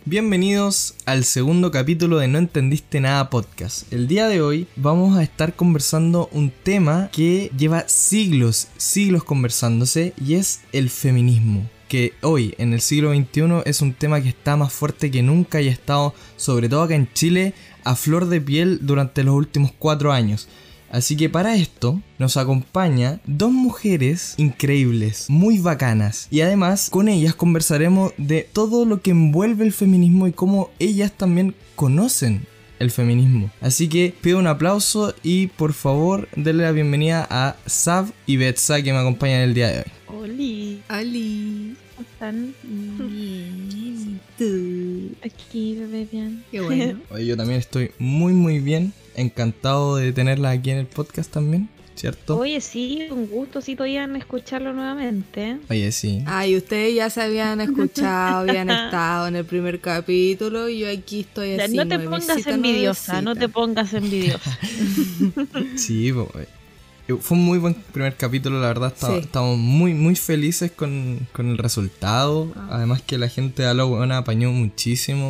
Bienvenidos al segundo capítulo de No Entendiste Nada Podcast. El día de hoy vamos a estar conversando un tema que lleva siglos conversándose y es el feminismo. Que hoy, en el siglo XXI, es un tema que está más fuerte que nunca y ha estado, sobre todo acá en Chile, a flor de piel durante los últimos 4 años. Así que para esto nos acompaña dos mujeres increíbles, muy bacanas. Y además con ellas conversaremos de todo lo que envuelve el feminismo y cómo ellas también conocen el feminismo. Así que pido un aplauso y por favor denle la bienvenida a Sav y Betsa que me acompañan el día de hoy. ¡Oli! ¿Cómo están? Bien. ¿Tú? Aquí, bebé, bien. Qué bueno. Oye, yo también estoy muy bien. Encantado de tenerla aquí en el podcast también, ¿cierto? Oye, sí, un gusto si podían escucharlo nuevamente. Oye, sí. Ay, ustedes ya se habían escuchado, habían estado en el primer capítulo y yo aquí estoy Ya, así. no te pongas envidiosa, no te pongas envidiosa. Sí, pues. Fue un muy buen primer capítulo, la verdad. Sí. Estamos muy felices con el resultado. Además que la de A lo Weona apañó muchísimo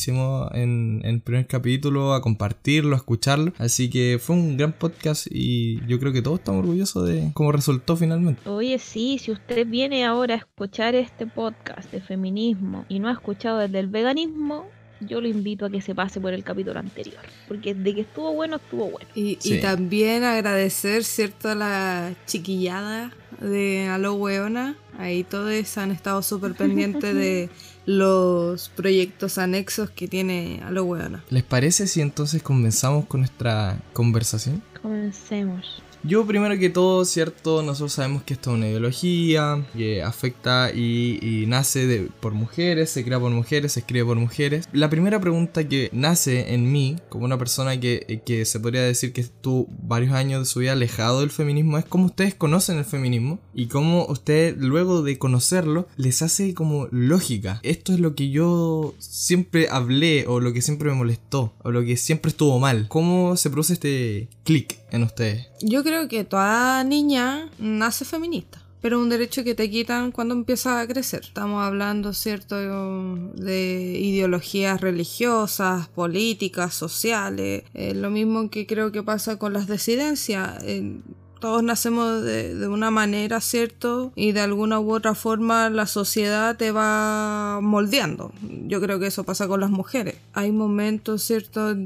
en el primer capítulo, a compartirlo, a escucharlo. Así que fue un gran podcast y yo creo que todos estamos orgullosos de cómo resultó finalmente. Oye, sí, si usted viene ahora a escuchar este podcast de feminismo y no ha escuchado desde el veganismo, yo lo invito a que se pase por el capítulo anterior, porque de que estuvo bueno, estuvo bueno. Y Sí. también agradecer, ¿cierto?, a la chiquillada de A lo Weona. Ahí todos han estado súper pendientes de los proyectos anexos que tiene A lo Weona. ¿Les parece si entonces comenzamos con nuestra conversación? Comencemos. Yo primero que todo, cierto, nosotros sabemos que esto es una ideología que afecta y nace por mujeres, se crea por mujeres, se escribe por mujeres. La primera pregunta que nace en mí, como una persona que se podría decir que estuvo varios años de su vida alejado del feminismo, es cómo ustedes conocen el feminismo y cómo ustedes luego de conocerlo les hace como lógica. Esto es lo que yo siempre hablé o lo que siempre me molestó o lo que siempre estuvo mal. ¿Cómo se produce este clic en ustedes? Yo creo que toda niña nace feminista, pero es un derecho que te quitan cuando empiezas a crecer. Estamos hablando, ¿cierto?, de ideologías religiosas, políticas, sociales. Lo mismo que creo que pasa con las disidencias. Todos nacemos de una manera, ¿cierto? Y de alguna u otra forma la sociedad te va moldeando. Yo creo que eso pasa con las mujeres. Hay momentos, ¿cierto?, en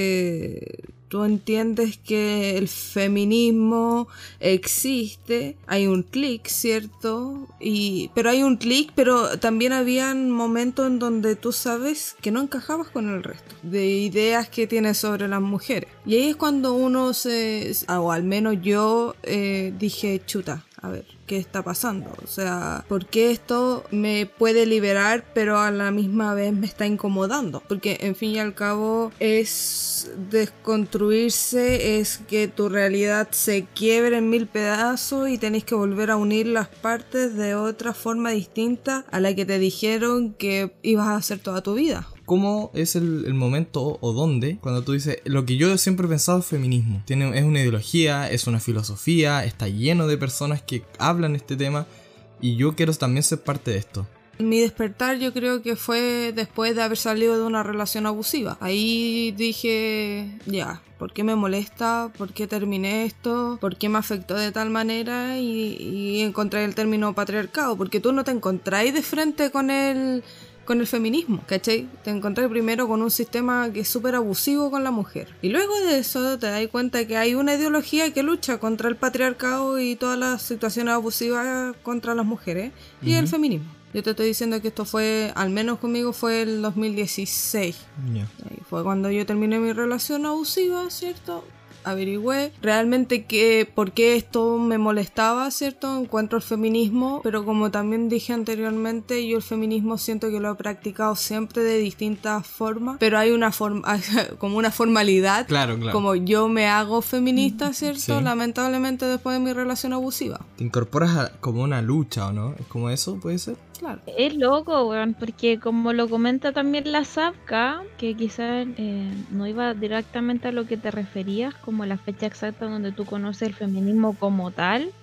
donde tú entiendes que el feminismo existe, hay un clic, ¿cierto? Pero hay un clic, pero también habían momentos en donde tú sabes que no encajabas con el resto de ideas que tienes sobre las mujeres. Y ahí es cuando uno o al menos yo dije, chuta, a ver, ¿qué está pasando? O sea, ¿por qué esto me puede liberar pero a la misma vez me está incomodando? Porque en fin y al cabo es desconstruirse, es que tu realidad se quiebre en 1000 pedazos y tenés que volver a unir las partes de otra forma distinta a la que te dijeron que ibas a hacer toda tu vida. ¿Cómo es el momento o dónde cuando tú dices lo que yo siempre he pensado es feminismo? Es una ideología, es una filosofía, está lleno de personas que hablan este tema y yo quiero también ser parte de esto. Mi despertar yo creo que fue después de haber salido de una relación abusiva. Ahí dije, ya, ¿por qué me molesta? ¿Por qué terminé esto? ¿Por qué me afectó de tal manera? Y encontré el término patriarcado, porque tú no te encontráis de frente con el feminismo, ¿cachai? Te encontré primero con un sistema que es súper abusivo con la mujer. Y luego de eso te das cuenta que hay una ideología que lucha contra el patriarcado y todas las situaciones abusivas contra las mujeres y el feminismo. Yo te estoy diciendo que esto fue, al menos conmigo, fue el 2016. Yeah. Ahí fue cuando yo terminé mi relación abusiva, ¿cierto? Averigüé realmente por qué esto me molestaba, ¿cierto? Encuentro el feminismo, pero como también dije anteriormente, yo el feminismo siento que lo he practicado siempre de distintas formas, pero hay una forma, como una formalidad, Claro. como yo me hago feminista, ¿cierto? Sí. Lamentablemente después de mi relación abusiva. Te incorporas como una lucha, ¿o no? ¿Es como eso? ¿Puede ser? Claro. Es loco, weón, porque como lo comenta también la Zapka, que quizás no iba directamente a lo que te referías, como la fecha exacta donde tú conoces el feminismo como tal,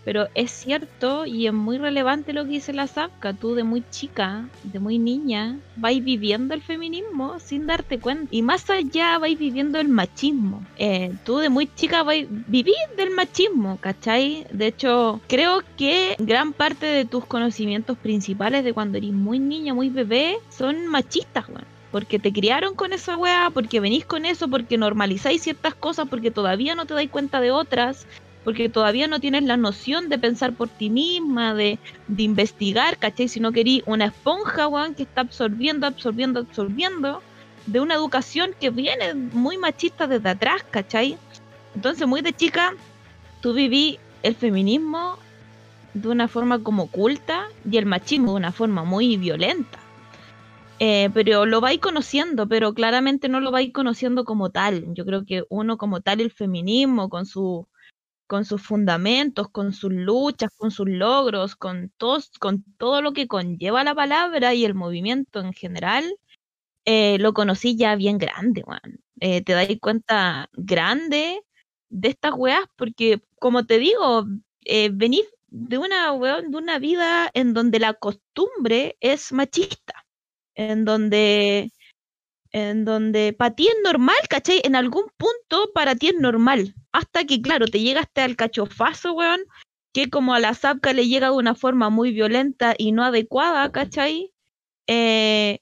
Pero es cierto y es muy relevante lo que dice la Zapka. Tú de muy chica, de muy niña, vais viviendo el feminismo sin darte cuenta. Y más allá vais viviendo el machismo. Tú de muy chica vivís del machismo, ¿cachai? De hecho, creo que gran parte de tus conocimientos principales de cuando eres muy niña, muy bebé, son machistas, weón. Porque te criaron con esa weá, porque venís con eso, porque normalizáis ciertas cosas, porque todavía no te dais cuenta de otras, porque todavía no tienes la noción de pensar por ti misma, de investigar, ¿cachai? Si no querís una esponja, weón, que está absorbiendo de una educación que viene muy machista desde atrás, ¿cachai? Entonces, muy de chica, tú viví el feminismo de una forma como oculta y el machismo de una forma muy violenta. Pero lo vais conociendo, pero claramente no lo vais conociendo como tal. Yo creo que uno como tal, el feminismo, con sus fundamentos, con sus luchas, con sus logros, con todo lo que conlleva la palabra y el movimiento en general, lo conocí ya bien grande, weón. Te dais cuenta grande de estas weas, porque como te digo, venís de una vida en donde la costumbre es machista, en donde para ti es normal, ¿cachai? En algún punto para ti es normal, hasta que, claro, te llegaste al cachofazo, weón, que como a la Zapka le llega de una forma muy violenta y no adecuada, ¿cachai? Eh,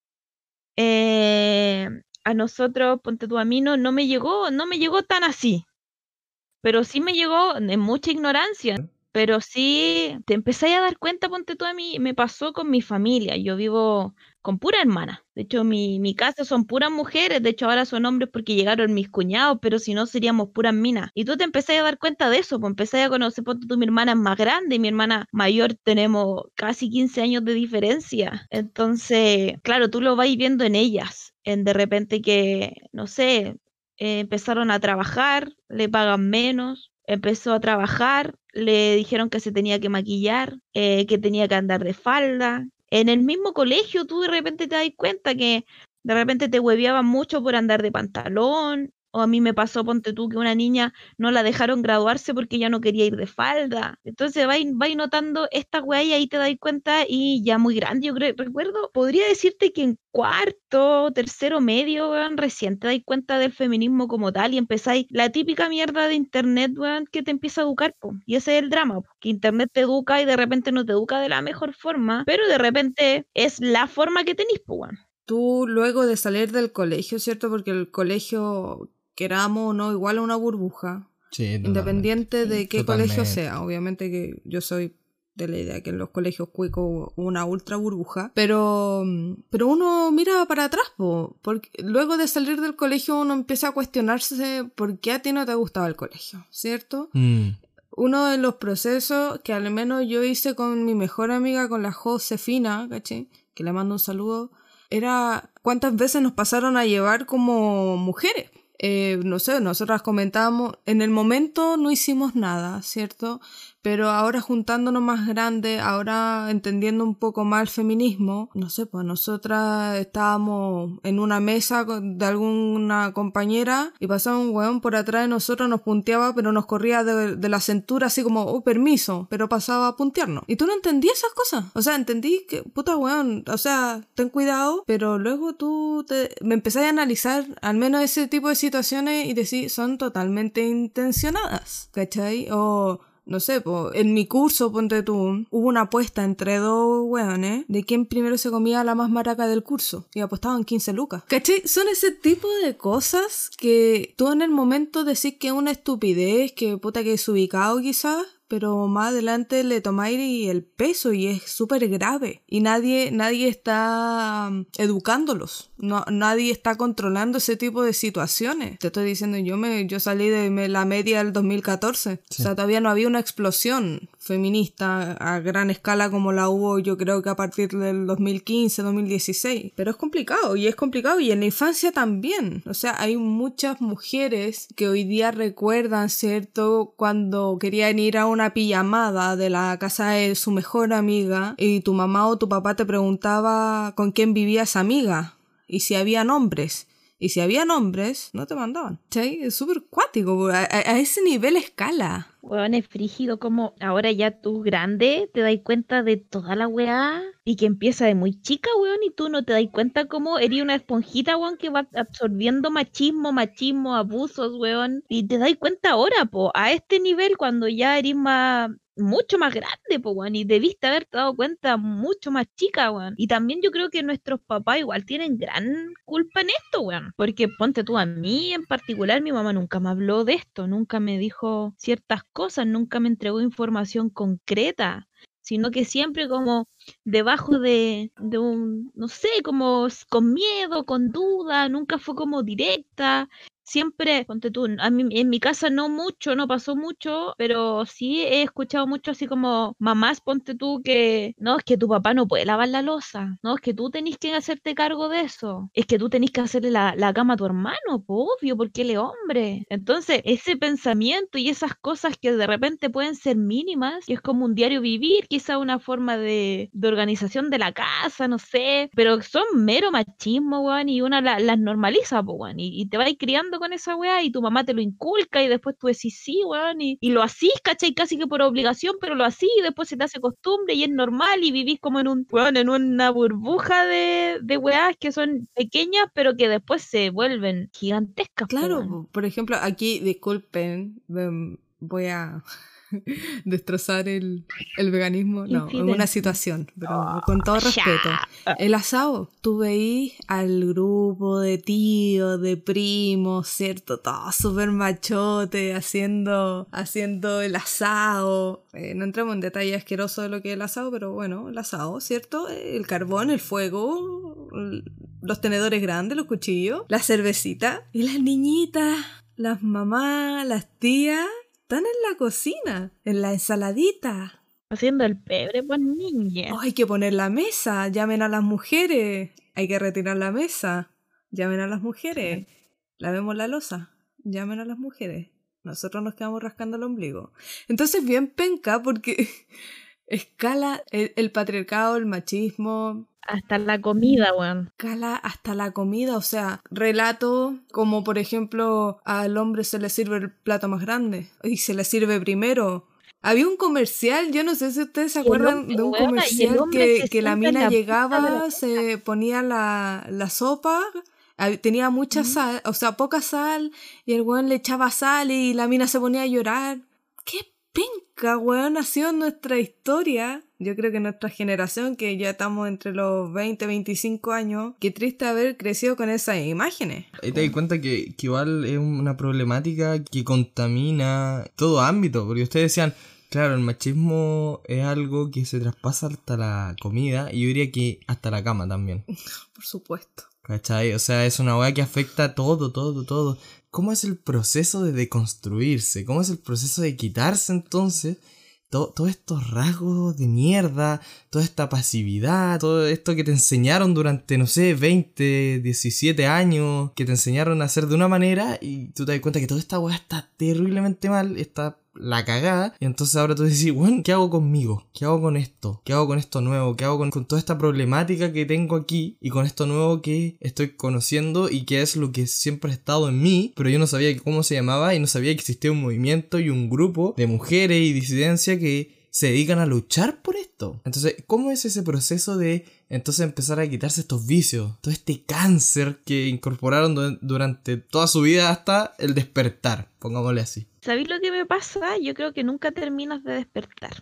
a nosotros, ponte tú, a mí no me llegó tan así, pero sí me llegó en mucha ignorancia. Pero sí, te empecé a dar cuenta, ponte tú, a mí, me pasó con mi familia. Yo vivo con pura hermana. De hecho, mi casa son puras mujeres. De hecho, ahora son hombres porque llegaron mis cuñados, pero si no, seríamos puras minas. Y tú te empecé a dar cuenta de eso, pues empecé a conocer, ponte tú, mi hermana es más grande y mi hermana mayor, tenemos casi 15 años de diferencia. Entonces, claro, tú lo vas viendo en ellas. En de repente que, no sé, empezaron a trabajar, le pagan menos. Empezó a trabajar, le dijeron que se tenía que maquillar, que tenía que andar de falda. En el mismo colegio tú de repente te das cuenta que de repente te hueveaban mucho por andar de pantalón, o a mí me pasó, ponte tú, que una niña no la dejaron graduarse porque ya no quería ir de falda. Entonces vais notando esta weá y ahí te das cuenta y ya muy grande, yo recuerdo, podría decirte que en cuarto, tercero medio, weón, recién te das cuenta del feminismo como tal y empezáis la típica mierda de internet, weón, que te empieza a educar, po. Y ese es el drama, po, que internet te educa y de repente no te educa de la mejor forma, pero de repente es la forma que tenís, po, weón. Tú luego de salir del colegio, ¿cierto? Porque el colegio, queramos o no, igual a una burbuja. Sí, independiente de qué totalmente. colegio sea. Obviamente que yo soy de la idea que en los colegios cuicos una ultra burbuja. Pero uno mira para atrás, porque luego de salir del colegio uno empieza a cuestionarse por qué a ti no te gustaba el colegio, ¿cierto? Uno de los procesos que al menos yo hice con mi mejor amiga, con la Josefina, ¿cachai? Que le mando un saludo, era cuántas veces nos pasaron a llevar como mujeres. No sé, nosotras comentábamos, en el momento no hicimos nada, ¿cierto? Pero ahora juntándonos más grande, ahora entendiendo un poco más el feminismo, no sé, pues nosotras estábamos en una mesa de alguna compañera y pasaba un weón por atrás de nosotros, nos punteaba, pero nos corría de la cintura así como, oh, permiso, pero pasaba a puntearnos. Y tú no entendías esas cosas. O sea, entendí que, puta weón, o sea, ten cuidado, pero luego me empecé a analizar al menos ese tipo de situaciones y decir, son totalmente intencionadas, ¿cachai? O no sé, en mi curso, ponte tú, hubo una apuesta entre dos weones de quién primero se comía la más maraca del curso y apostaban 15 lucas. ¿Cachai? Son ese tipo de cosas que tú en el momento decís que es una estupidez, que puta que es ubicado quizás, pero más adelante le tomáis el peso y es súper grave. Y nadie está educándolos. Nadie está controlando ese tipo de situaciones. Te estoy diciendo, yo salí de la media del 2014. Sí. O sea, todavía no había una explosión feminista a gran escala como la hubo, yo creo que a partir del 2015, 2016. Pero es complicado y en la infancia también. O sea, hay muchas mujeres que hoy día recuerdan, ¿cierto?, cuando querían ir a una pijamada de la casa de su mejor amiga y tu mamá o tu papá te preguntaba con quién vivía esa amiga y si había hombres. Y si habían hombres, no te mandaban. ¿Sí? Es súper cuático, a ese nivel escala. Weón, es frígido como ahora ya tú grande te das cuenta de toda la weá y que empieza de muy chica, weón, y tú no te das cuenta como eres una esponjita, weón, que va absorbiendo machismo, abusos, weón, y te das cuenta ahora, po, a este nivel cuando ya eres mucho más grande, po, weón, y debiste haberte dado cuenta mucho más chica, weón. Y también yo creo que nuestros papás igual tienen gran culpa en esto, weón, porque ponte tú, a mí en particular, mi mamá nunca me habló de esto, nunca me dijo ciertas cosas, nunca me entregó información concreta, sino que siempre como debajo de un, no sé, como con miedo, con duda, nunca fue como directa. Siempre, ponte tú, a mí, en mi casa no mucho, no pasó mucho, pero sí he escuchado mucho así como mamás, ponte tú, que no, es que tu papá no puede lavar la loza, no, es que tú tenés que hacerte cargo de eso, es que tú tenés que hacerle la cama a tu hermano, po, obvio, porque él es hombre. Entonces, ese pensamiento y esas cosas que de repente pueden ser mínimas, que es como un diario vivir, quizá una forma de organización de la casa, no sé, pero son mero machismo, weón, y una las normaliza, po, weón, y te vas criando con esa weá y tu mamá te lo inculca y después tú decís sí, weón, y lo hacís, ¿cachai? Casi que por obligación, pero lo hacís y después se te hace costumbre y es normal y vivís como en un, weón, en una burbuja de weás que son pequeñas, pero que después se vuelven gigantescas, po, Claro, weón. por ejemplo, aquí, disculpen, voy a destrozar el veganismo, no, en una Infidencia. situación, pero con todo respeto. Ya. El asado, tú veís al grupo de tíos, de primos, ¿cierto? Todos súper machote haciendo el asado. No entremos en detalle asqueroso de lo que es el asado, pero bueno, el asado, ¿cierto? El carbón, el fuego, los tenedores grandes, los cuchillos, la cervecita y las niñitas, las mamás, las tías. Están en la cocina, en la ensaladita. Haciendo el pebre, pues niña. Oh, hay que poner la mesa, llamen a las mujeres. Hay que retirar la mesa, llamen a las mujeres. Lavemos la loza, llamen a las mujeres. Nosotros nos quedamos rascando el ombligo. Entonces bien penca porque escala el patriarcado, el machismo. Hasta la comida, weón. Escala hasta la comida, o sea, relato como por ejemplo al hombre se le sirve el plato más grande y se le sirve primero. Había un comercial, yo no sé si ustedes se acuerdan de un comercial que la mina llegaba, se ponía la sopa, tenía mucha sal, o sea, poca sal, y el weón le echaba sal y la mina se ponía a llorar. ¡Qué penca, weón! Ha sido nuestra historia. Yo creo que nuestra generación, que ya estamos entre los 20, 25 años, qué triste haber crecido con esas imágenes. Ahí te das cuenta que igual es una problemática que contamina todo ámbito, porque ustedes decían, claro, el machismo es algo que se traspasa hasta la comida y yo diría que hasta la cama también. Por supuesto. ¿Cachai? O sea, es una weá que afecta todo. ¿Cómo es el proceso de deconstruirse? ¿Cómo es el proceso de quitarse entonces todos estos rasgos de mierda, toda esta pasividad, todo esto que te enseñaron durante, no sé, 20, 17 años, que te enseñaron a hacer de una manera y tú te das cuenta que toda esta weá está terriblemente mal, está la cagada, y entonces ahora tú decís, bueno, ¿qué hago conmigo? ¿Qué hago con esto? ¿Qué hago con esto nuevo? ¿Qué hago con toda esta problemática que tengo aquí y con esto nuevo que estoy conociendo y que es lo que siempre ha estado en mí, pero yo no sabía cómo se llamaba y no sabía que existía un movimiento y un grupo de mujeres y disidencia que se dedican a luchar por esto? Entonces, ¿cómo es ese proceso de entonces empezar a quitarse estos vicios, todo este cáncer que incorporaron durante toda su vida hasta el despertar, pongámosle así? ¿Sabéis lo que me pasa? Yo creo que nunca terminas de despertar.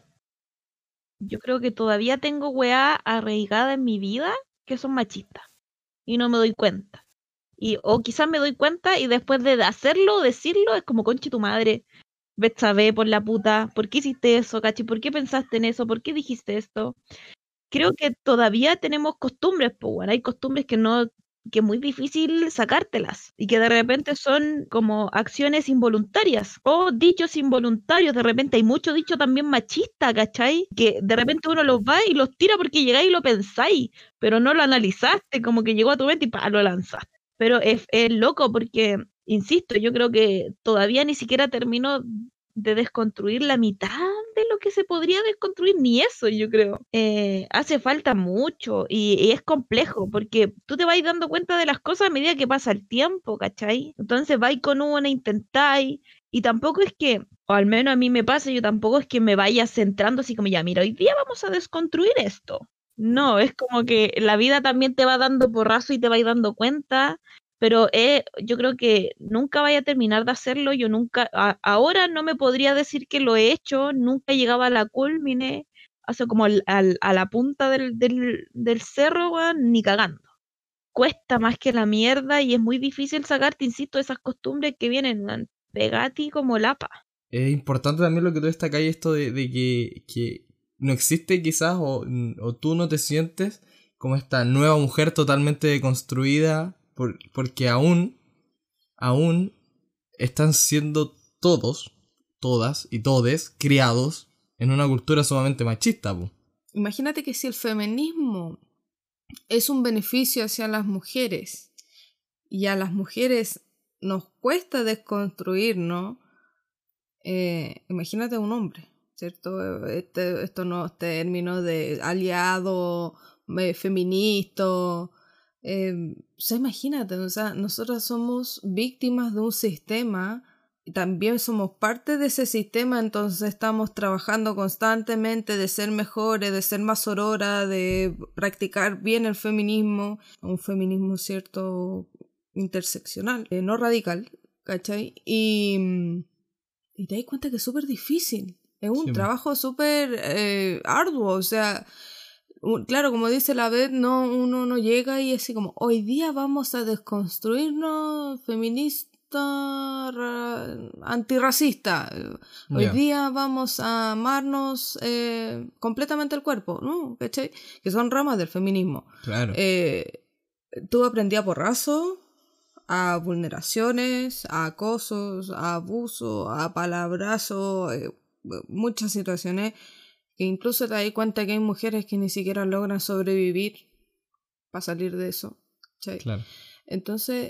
Yo creo que todavía tengo weá arraigada en mi vida que son machistas y no me doy cuenta. O quizás me doy cuenta y después de hacerlo, decirlo, es como conche tu madre. Betsabe por la puta, ¿por qué hiciste eso, cachi? ¿Por qué pensaste en eso? ¿Por qué dijiste esto? Creo que todavía tenemos costumbres, pues bueno, hay costumbres que es muy difícil sacártelas y que de repente son como acciones involuntarias o dichos involuntarios. De repente hay mucho dicho también machista, ¿cachai? Que de repente uno los va y los tira porque llegáis y lo pensáis, pero no lo analizaste, como que llegó a tu mente y ¡pah! Lo lanzaste. Pero es loco porque, insisto, yo creo que todavía ni siquiera termino de desconstruir la mitad de lo que se podría desconstruir, ni eso, yo creo. Hace falta mucho y es complejo, porque tú te vas dando cuenta de las cosas a medida que pasa el tiempo, ¿cachai? Entonces vais con una, intentáis, y tampoco es que, o al menos a mí me pasa, yo tampoco es que me vaya centrando así como, ya, mira, hoy día vamos a desconstruir esto. No, es como que la vida también te va dando porrazo y te vas dando cuenta, pero yo creo que nunca vaya a terminar de hacerlo. Yo nunca, ahora no me podría decir que lo he hecho, nunca llegaba a la culmine, hacia como a la punta del cerro, weón, ni cagando. Cuesta más que la mierda y es muy difícil sacarte, insisto, esas costumbres que vienen, weón, pegati como lapa. Es importante también lo que tú destacás, esto de que no existe quizás, o tú no te sientes como esta nueva mujer totalmente deconstruida, porque aún están siendo todos, todas y todes criados en una cultura sumamente machista, po. Imagínate que si el feminismo es un beneficio hacia las mujeres y a las mujeres nos cuesta desconstruirnos, imagínate un hombre, ¿cierto? Estos nuevos términos de aliado, feminista, o sea, imagínate, o sea, nosotras somos víctimas de un sistema y también somos parte de ese sistema, entonces estamos trabajando constantemente de ser mejores, de ser más sororas, de practicar bien el feminismo, un feminismo, ¿cierto?, interseccional, no radical, ¿cachai? Y te das cuenta que es súper difícil, es un trabajo súper arduo, o sea, claro, como dice la Beth, no, uno no llega y así como, hoy día vamos a desconstruirnos feminista, antirracista, hoy día vamos a amarnos completamente el cuerpo, ¿no? ¿Cachai? Que son ramas del feminismo. Claro. Tú aprendí a porrazo, a vulneraciones, a acosos, a abuso, a palabrazo, muchas situaciones que incluso te das cuenta que hay mujeres que ni siquiera logran sobrevivir para salir de eso. ¿Sí? Claro. Entonces,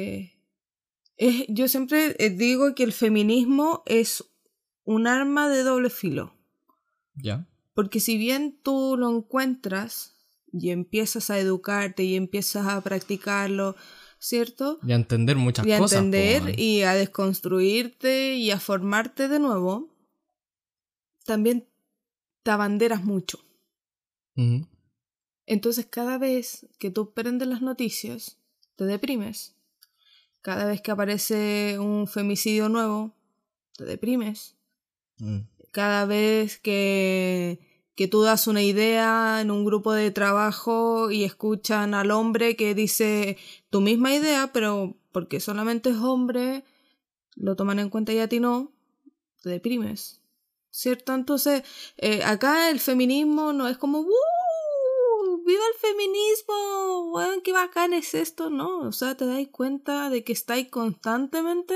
yo siempre digo que el feminismo es un arma de doble filo. Ya. Porque si bien tú lo encuentras y empiezas a educarte y empiezas a practicarlo, ¿cierto? Y a entender muchas cosas. Y a entender y a desconstruirte y a formarte de nuevo, también te abanderas mucho. Uh-huh. Entonces cada vez que tú prendes las noticias, te deprimes. Cada vez que aparece un femicidio nuevo, te deprimes. Cada vez que tú das una idea en un grupo de trabajo y escuchan al hombre que dice tu misma idea, pero porque solamente es hombre, lo toman en cuenta y a ti no, te deprimes. ¿Cierto? Entonces, acá el feminismo no es como ¡viva el feminismo! Bueno, qué bacán es esto, ¿no? O sea, te das cuenta de que estáis constantemente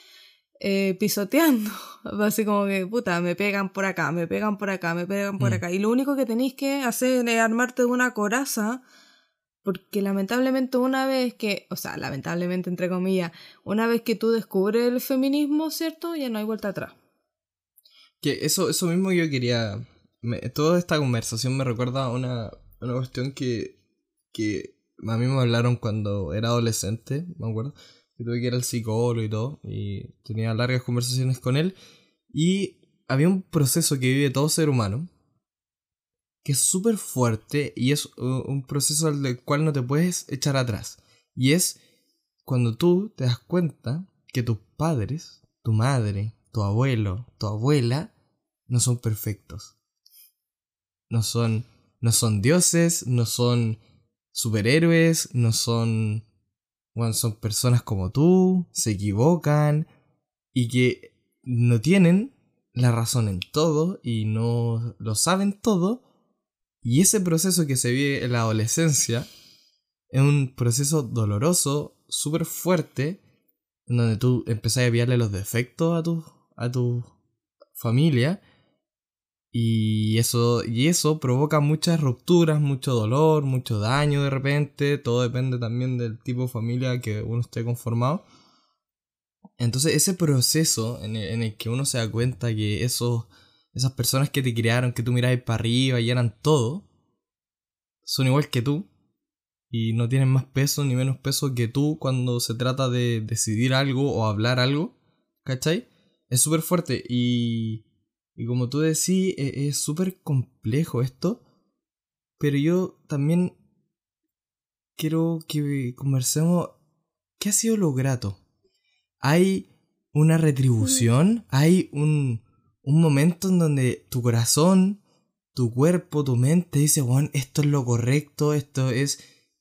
pisoteando. Así como que, puta, me pegan por acá, me pegan por acá, me pegan por acá. Y lo único que tenéis que hacer es armarte de una coraza, porque lamentablemente una vez que, o sea, lamentablemente entre comillas, una vez que tú descubres el feminismo, ¿cierto? Ya no hay vuelta atrás. Que eso mismo yo quería... toda esta conversación me recuerda a una cuestión que a mí me hablaron cuando era adolescente, me acuerdo. Que tuve que ir al psicólogo y todo, y tenía largas conversaciones con él. Y había un proceso que vive todo ser humano, que es súper fuerte, y es un proceso del cual no te puedes echar atrás. Y es cuando tú te das cuenta que tus padres, tu madre, tu abuelo, tu abuela, no son perfectos. No son dioses, no son superhéroes, no son... Bueno, son personas como tú, se equivocan, y que no tienen la razón en todo, y no lo saben todo. Y ese proceso que se vive en la adolescencia es un proceso doloroso, súper fuerte, en donde tú empezás a pillarle los defectos a tu familia, y eso provoca muchas rupturas, mucho dolor, mucho daño de repente. Todo depende también del tipo de familia que uno esté conformado. Entonces ese proceso en el que uno se da cuenta que esos esas personas que te crearon, que tú mirabas para arriba y eran todo, son igual que tú y no tienen más peso ni menos peso que tú cuando se trata de decidir algo o hablar algo, ¿cachai? Es súper fuerte y como tú decís, es súper complejo esto, pero yo también quiero que conversemos qué ha sido lo grato. ¿Hay una retribución? ¿Hay un momento en donde tu corazón, tu cuerpo, tu mente dice, bueno, esto es lo correcto, esto es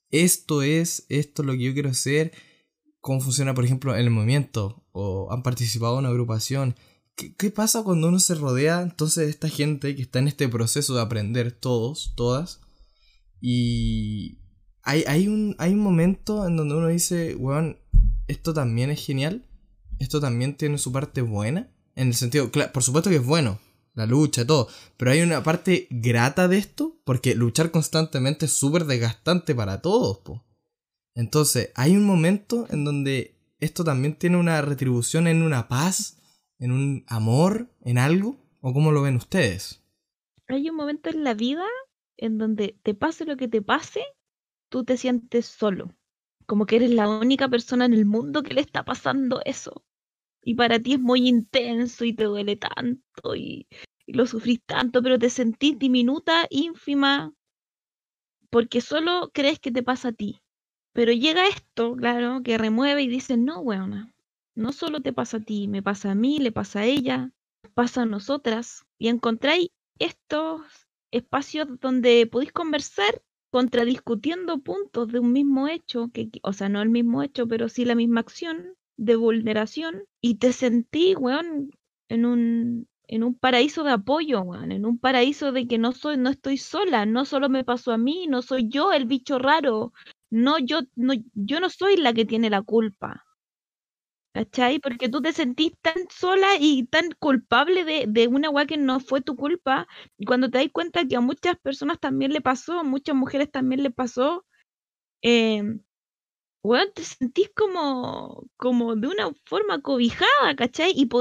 lo que yo quiero hacer? ¿Cómo funciona, por ejemplo, en el movimiento? ¿O han participado en una agrupación? ¿Qué pasa cuando uno se rodea entonces de esta gente que está en este proceso de aprender todos, todas? Y hay un momento en donde uno dice, weón, esto también es genial, esto también tiene su parte buena, en el sentido, claro, por supuesto que es bueno, la lucha, todo, pero hay una parte grata de esto, porque luchar constantemente es súper desgastante para todos, po. Entonces, hay un momento en donde esto también tiene una retribución en una paz, en un amor, en algo, ¿o cómo lo ven ustedes? Hay un momento en la vida en donde te pase lo que te pase, tú te sientes solo. Como que eres la única persona en el mundo que le está pasando eso. Y para ti es muy intenso y te duele tanto y lo sufrís tanto, pero te sentís diminuta, ínfima, porque solo crees que te pasa a ti. Pero llega esto, claro, que remueve y dice, no, weona, no solo te pasa a ti, me pasa a mí, le pasa a ella, pasa a nosotras. Y encontráis estos espacios donde podéis conversar contradiscutiendo puntos de un mismo hecho, o sea, no el mismo hecho, pero sí la misma acción de vulneración, y te sentí, weón, en un paraíso de apoyo, weón, en un paraíso de que no estoy sola, no solo me pasó a mí, no soy yo el bicho raro, yo no soy la que tiene la culpa. ¿Cachai? Porque tú te sentís tan sola y tan culpable de una weá que no fue tu culpa. Y cuando te das cuenta que a muchas personas también le pasó, a muchas mujeres también le pasó, eh, weón, te sentís como de una forma cobijada, ¿cachai? Y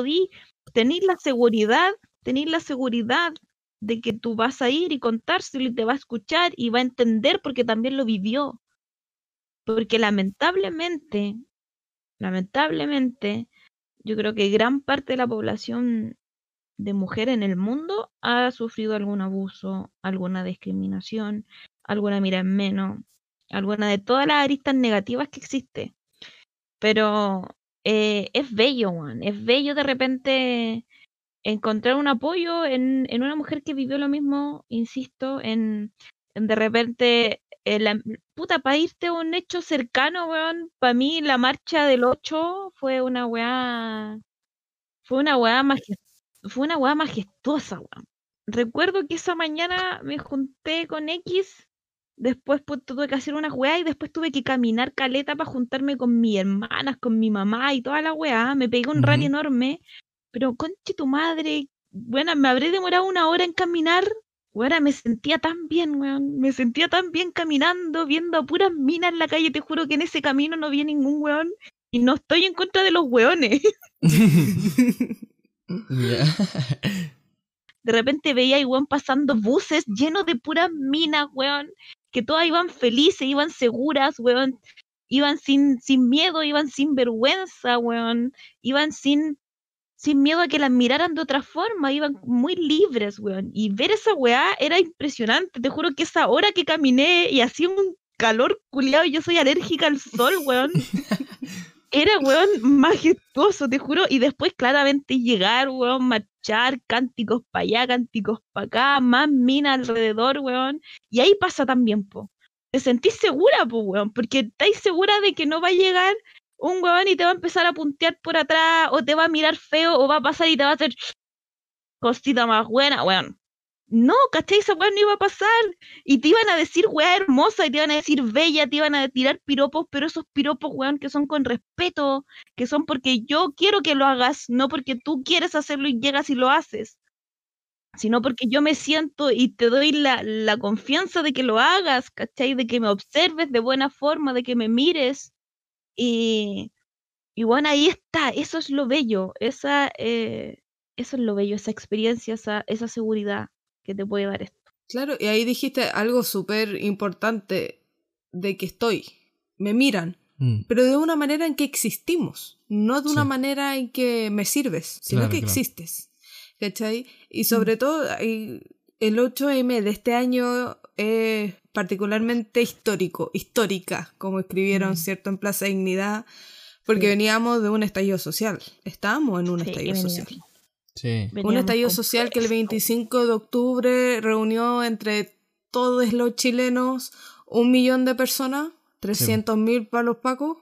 tener la seguridad de que tú vas a ir y contárselo y te va a escuchar y va a entender porque también lo vivió. Porque lamentablemente, yo creo que gran parte de la población de mujer en el mundo ha sufrido algún abuso, alguna discriminación, alguna mira en menos, alguna de todas las aristas negativas que existe. Pero es bello, Juan, es bello de repente encontrar un apoyo en una mujer que vivió lo mismo, insisto, en de repente, puta, para irte a un hecho cercano, weón, para mí la marcha del 8 fue una weá fue una weá majestuosa, weón. Recuerdo que esa mañana me junté con X, después tuve que hacer una weá y después tuve que caminar caleta para juntarme con mis hermanas, con mi mamá y toda la weá. Me pegué un rally enorme, pero conche tu madre, bueno, me habré demorado 1 hora en caminar. Weón, me sentía tan bien, weón. Me sentía tan bien caminando, viendo a puras minas en la calle. Te juro que en ese camino no vi ningún weón. Y no estoy en contra de los weones. De repente veía y weón pasando buses llenos de puras minas, weón, que todas iban felices, iban seguras, weón, iban sin miedo, iban sin vergüenza, weón, iban sin miedo a que las miraran de otra forma, iban muy libres, weón. Y ver esa weá era impresionante, te juro que esa hora que caminé y hacía un calor culiado, yo soy alérgica al sol, weón. Era, weón, majestuoso, te juro. Y después, claramente, llegar, weón, marchar, cánticos para allá, cánticos para acá, más minas alrededor, weón. Y ahí pasa también, po. Te sentís segura, po, weón, porque estáis segura de que no va a llegar un weón y te va a empezar a puntear por atrás, o te va a mirar feo, o va a pasar y te va a hacer cosita más buena, weón. No, ¿cachai? Esa weá no iba a pasar. Y te iban a decir weá hermosa, y te iban a decir bella, te iban a tirar piropos, pero esos piropos, weón, que son con respeto, que son porque yo quiero que lo hagas, no porque tú quieres hacerlo y llegas y lo haces, sino porque yo me siento y te doy la confianza de que lo hagas, ¿cachai? De que me observes de buena forma, de que me mires. Y bueno, ahí está, eso es lo bello, Eso es lo bello, esa experiencia, esa seguridad que te puede dar esto. Claro, y ahí dijiste algo súper importante de que me miran, pero de una manera en que existimos, no de una manera en que me sirves, sino que existes, ¿cachai? Y sobre todo, el 8M de este año es particularmente histórica, como escribieron, ¿cierto?, en Plaza Dignidad, porque veníamos de un estallido social, estábamos en un estallido social. Sí. Un estallido social que el 25 de octubre reunió entre todos los chilenos 1 millón de personas, 300.000 para los pacos.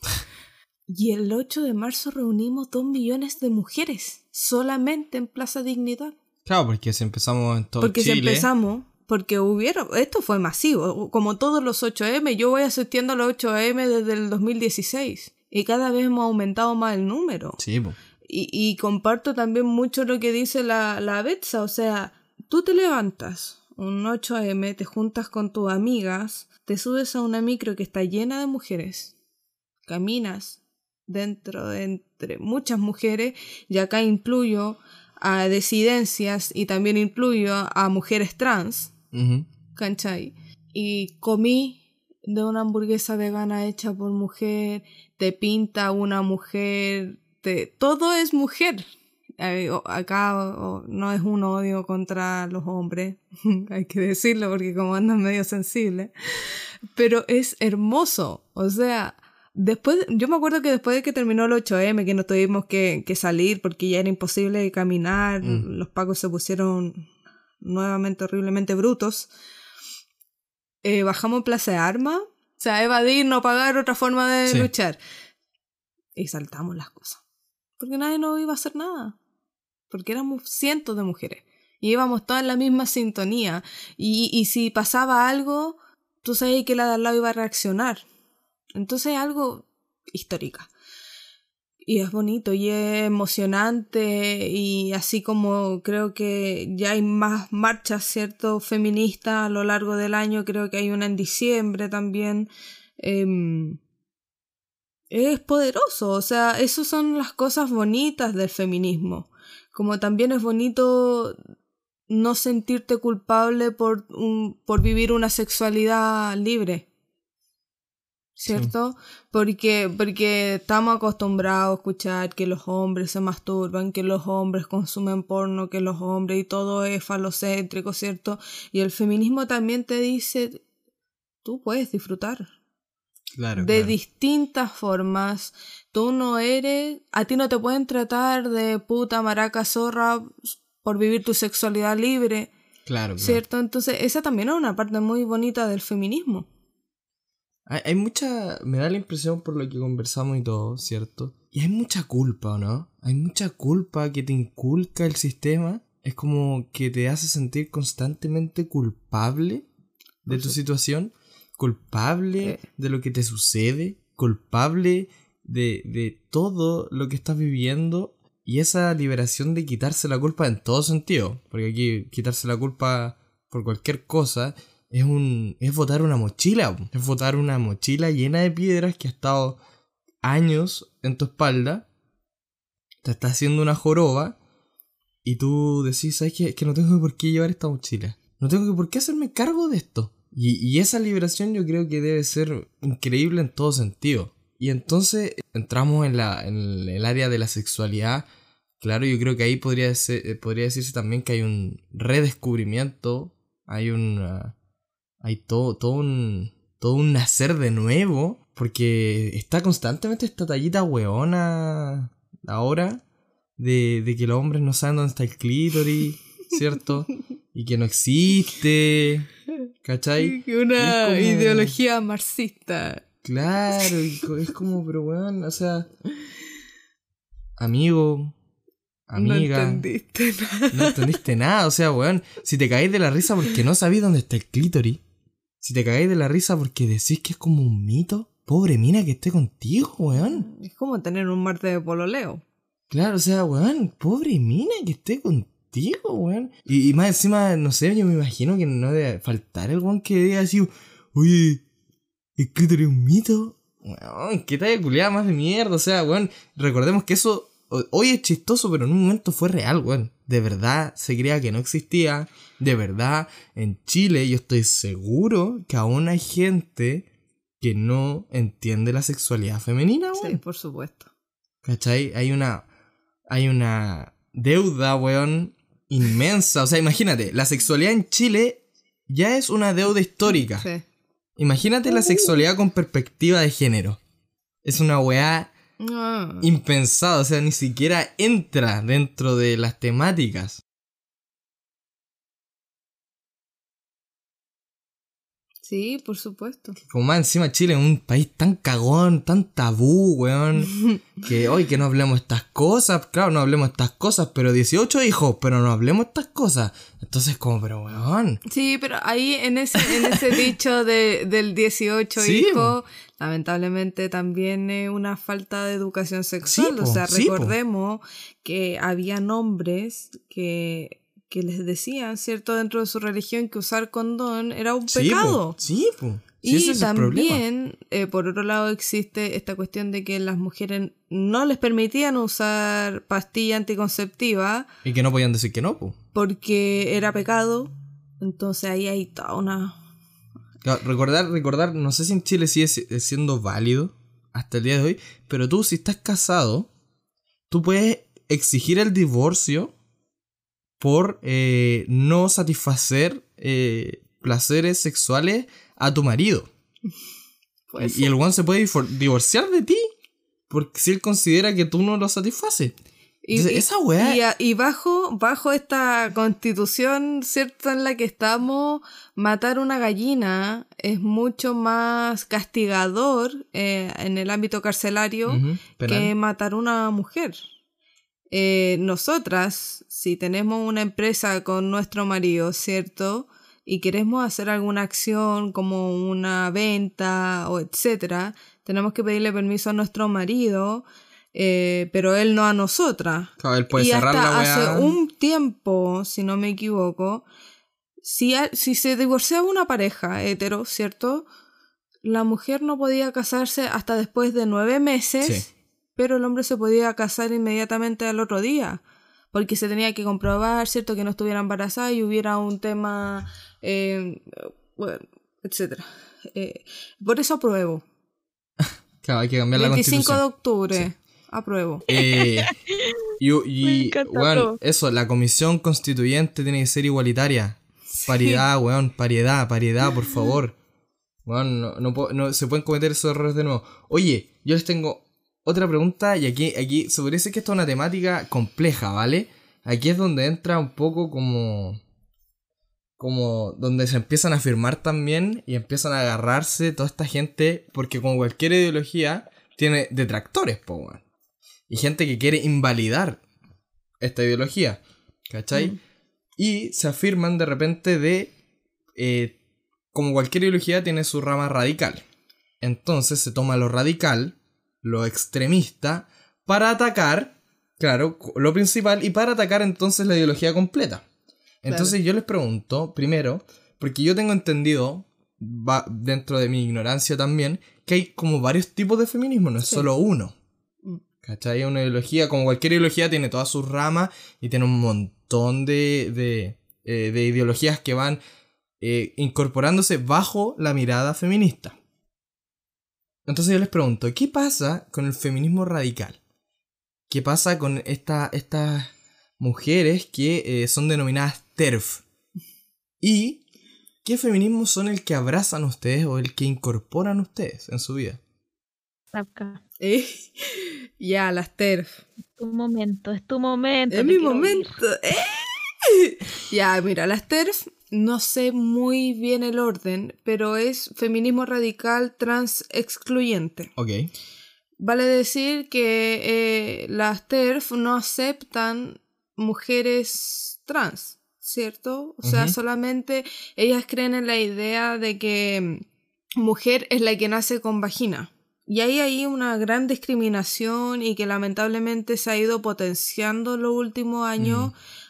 Y el 8 de marzo reunimos 2 millones de mujeres, solamente en Plaza Dignidad. Claro, porque empezamos en todo Chile. Porque esto fue masivo, como todos los 8M. Yo voy asistiendo a los 8M desde el 2016 y cada vez hemos aumentado más el número. Sí, pues. Y comparto también mucho lo que dice la Betsa, o sea, tú te levantas un 8M, te juntas con tus amigas, te subes a una micro que está llena de mujeres, caminas entre muchas mujeres, y acá incluyo a disidencias y también incluyo a mujeres trans, ¿cachai? Y comí de una hamburguesa vegana hecha por mujer, te pinta una mujer... todo es mujer. Acá no es un odio contra los hombres, hay que decirlo porque como andan medio sensibles, pero es hermoso. O sea, yo me acuerdo que después de que terminó el 8M, que nos tuvimos que salir porque ya era imposible caminar, los pacos se pusieron nuevamente horriblemente brutos, bajamos en Plaza de Armas, o sea, evadir, no pagar, otra forma de luchar, y saltamos las cosas. Porque nadie nos iba a hacer nada. Porque éramos cientos de mujeres. Y íbamos todas en la misma sintonía. Y si pasaba algo, tú sabías que la de al lado iba a reaccionar. Entonces es algo histórica. Y es bonito y es emocionante. Y así como creo que ya hay más marchas, ¿cierto?, feministas a lo largo del año. Creo que hay una en diciembre también. Es poderoso, o sea, esas son las cosas bonitas del feminismo. Como también es bonito no sentirte culpable por vivir una sexualidad libre, ¿cierto? Sí. Porque estamos acostumbrados a escuchar que los hombres se masturban, que los hombres consumen porno, que los hombres y todo es falocéntrico, ¿cierto? Y el feminismo también te dice, tú puedes disfrutar. Claro. Distintas formas. Tú no eres... A ti no te pueden tratar de puta, maraca, zorra por vivir tu sexualidad libre. Claro. ¿Cierto? Entonces esa también es una parte muy bonita del feminismo. Hay mucha... Me da la impresión por lo que conversamos y todo, ¿cierto? Y hay mucha culpa, ¿o no? Hay mucha culpa que te inculca el sistema. Es como que te hace sentir constantemente culpable de tu situación. Culpable de lo que te sucede, culpable de todo lo que estás viviendo, y esa liberación de quitarse la culpa en todo sentido, porque aquí quitarse la culpa por cualquier cosa es botar una mochila, es botar una mochila llena de piedras que ha estado años en tu espalda, te está haciendo una joroba, y tú decís, ¿sabes qué? Es que no tengo por qué llevar esta mochila, no tengo por qué hacerme cargo de esto. Y esa liberación yo creo que debe ser increíble en todo sentido. Y entonces entramos en el área de la sexualidad. Claro, yo creo que ahí podría decirse también que hay un redescubrimiento. Hay todo un nacer de nuevo. Porque está constantemente esta tallita hueona ahora de que los hombres no saben dónde está el clítoris, ¿cierto? Y que no existe... ¿Cachai? Una como... ideología marxista. Claro, es como, pero weón, o sea... Amigo, amiga... No entendiste nada, o sea, weón, si te cagáis de la risa porque no sabéis dónde está el clítoris, si te cagáis de la risa porque decís que es como un mito, pobre mina que esté contigo, weón. Es como tener un martes de pololeo. Claro, o sea, weón, pobre mina que esté contigo. Weón. Y más encima, no sé, yo me imagino que no debe faltar el weón que diga así, oye, ¿el clítoris es un mito? Weón, qué talla culiada más de mierda, o sea, weón, recordemos que eso Hoy es chistoso, pero en un momento fue real, weón. De verdad se creía que no existía. De verdad, en Chile yo estoy seguro que aún hay gente que no entiende la sexualidad femenina, weón. Sí, por supuesto. ¿Cachai? Hay una deuda, weón, inmensa. O sea, imagínate, la sexualidad en Chile ya es una deuda histórica. Sí. Imagínate la sexualidad con perspectiva de género. Es una weá impensada, o sea, ni siquiera entra dentro de las temáticas. Sí, por supuesto. Como más encima Chile es un país tan cagón, tan tabú, weón. Que hoy que no hablemos estas cosas. Claro, no hablemos estas cosas, pero 18 hijos, pero no hablemos estas cosas. Entonces como, pero weón. Sí, pero ahí en ese dicho del 18 Sí, hijos, lamentablemente también es una falta de educación sexual. Sí, O sea, sí, recordemos que había hombres que les decían, ¿cierto?, dentro de su religión que usar condón era un pecado. Sí, po. Sí, Y ese es el problema. también, por otro lado, existe esta cuestión de que las mujeres no les permitían usar pastilla anticonceptiva Y que no podían decir que no, po. porque era pecado. Entonces ahí hay toda una... Claro, recordar, no sé si en Chile sigue siendo válido hasta el día de hoy, pero tú si estás casado, tú puedes exigir el divorcio por no satisfacer placeres sexuales a tu marido. Pues, Y el weón se puede divorciar de ti porque si él considera que tú no lo satisfaces. Entonces, esa weá... Y bajo esta constitución, ¿cierto?, en la que estamos, matar una gallina es mucho más castigador en el ámbito carcelario que matar una mujer. Nosotras, si tenemos una empresa con nuestro marido, ¿cierto?, y queremos hacer alguna acción como una venta o etcétera, tenemos que pedirle permiso a nuestro marido, pero él no a nosotras. Claro, él puede y cerrar hasta la weá. hace un tiempo, si no me equivoco, si se divorciaba una pareja hetero, ¿cierto?, la mujer no podía casarse hasta después de 9 meses. Sí. Pero el hombre se podía casar inmediatamente al otro día, porque se tenía que comprobar, ¿cierto?, que no estuviera embarazada y hubiera un tema, bueno, etcétera. Por eso apruebo. Claro, hay que cambiar la 25 constitución. de octubre, Sí. apruebo. Y weón, eso, la comisión constituyente tiene que ser igualitaria. Paridad, weón, paridad, por favor. Weón, no se pueden cometer esos errores de nuevo. Oye, yo les tengo otra pregunta, y aquí se podría decir que esto es una temática compleja, ¿vale? Aquí es donde entra un poco como donde se empiezan a afirmar también y empiezan a agarrarse toda esta gente, porque como cualquier ideología tiene detractores, po, weón. Y gente que quiere invalidar esta ideología, ¿cachai? Y se afirman de repente como cualquier ideología tiene su rama radical. Entonces se toma lo radical, lo extremista, para atacar, claro, lo principal, y para atacar entonces la ideología completa. Entonces yo les pregunto, primero, porque yo tengo entendido, dentro de mi ignorancia también, que hay como varios tipos de feminismo, no es solo uno. ¿Cachai? Una ideología, como cualquier ideología, tiene todas sus ramas y tiene un montón de ideologías que van incorporándose bajo la mirada feminista. Entonces yo les pregunto, ¿qué pasa con el feminismo radical? ¿Qué pasa con estas mujeres que son denominadas TERF? ¿Y qué feminismos son el que abrazan ustedes o el que incorporan ustedes en su vida? Sapka. Ya, las TERF. Es tu momento. Es te mi quiero momento. oír. Ya, mira, las TERF, no sé muy bien el orden, pero es feminismo radical trans excluyente. Ok. Vale decir que las TERF no aceptan mujeres trans, ¿cierto? O sea, solamente ellas creen en la idea de que mujer es la que nace con vagina. Y ahí hay una gran discriminación y que lamentablemente se ha ido potenciando en los últimos años.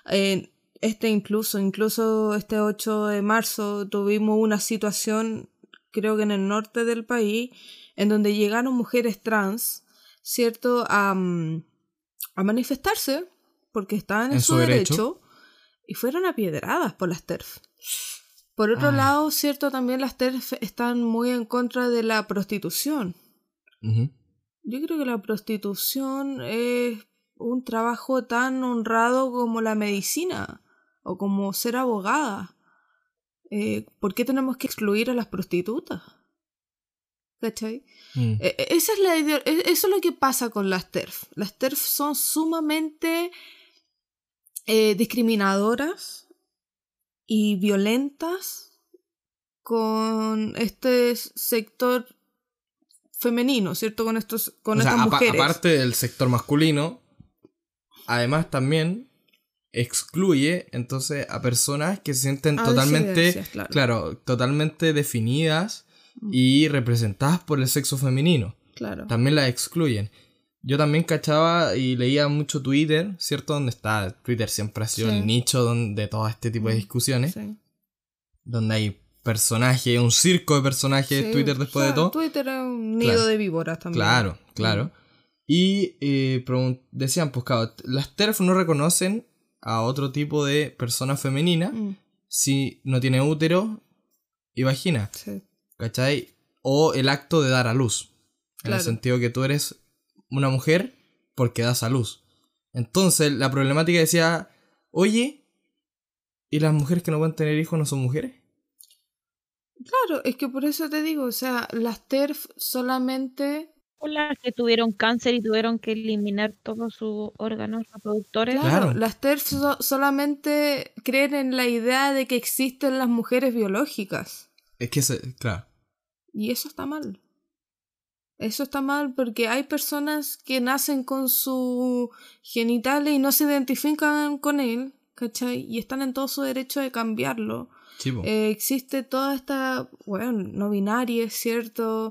Incluso este 8 de marzo tuvimos una situación, creo que en el norte del país, en donde llegaron mujeres trans, ¿cierto?, a a manifestarse porque estaban en En su su derecho y fueron apiedradas por las TERF. Por otro lado, cierto, también las TERF están muy en contra de la prostitución. Ujú. Yo creo que la prostitución es un trabajo tan honrado como la medicina o como ser abogada. ¿Por qué tenemos que excluir a las prostitutas? ¿Cachai? Esa es eso es lo que pasa con las TERF. Las TERF son sumamente discriminadoras y violentas con este sector femenino, ¿cierto? Con estas mujeres. Aparte del sector masculino, además también excluye entonces a personas que se sienten totalmente, claro, totalmente definidas y representadas por el sexo femenino. Claro. También las excluyen. Yo también cachaba y leía mucho Twitter, ¿cierto? Donde está Twitter siempre ha sido el nicho de todo este tipo de discusiones. Sí. Donde hay personajes, un circo de personajes, Twitter después de todo. Twitter es un nido de víboras también. Claro. Y decían, pues claro, las TERF no reconocen a otro tipo de persona femenina si no tiene útero y vagina. Sí. ¿Cachai? O el acto de dar a luz. En el sentido que tú eres una mujer porque das a luz. Entonces la problemática decía, oye, ¿y las mujeres que no pueden tener hijos no son mujeres? Claro, es que por eso te digo, o sea, las TERF solamente... O las que tuvieron cáncer y tuvieron que eliminar todos sus órganos reproductores. Claro. Las TERF solamente creen en la idea de que existen las mujeres biológicas. Es que, claro. Y eso está mal. Eso está mal porque hay personas que nacen con sus genitales y no se identifican con él, ¿cachai? Y están en todo su derecho de cambiarlo. Sí, existe toda esta, no binaria, ¿cierto?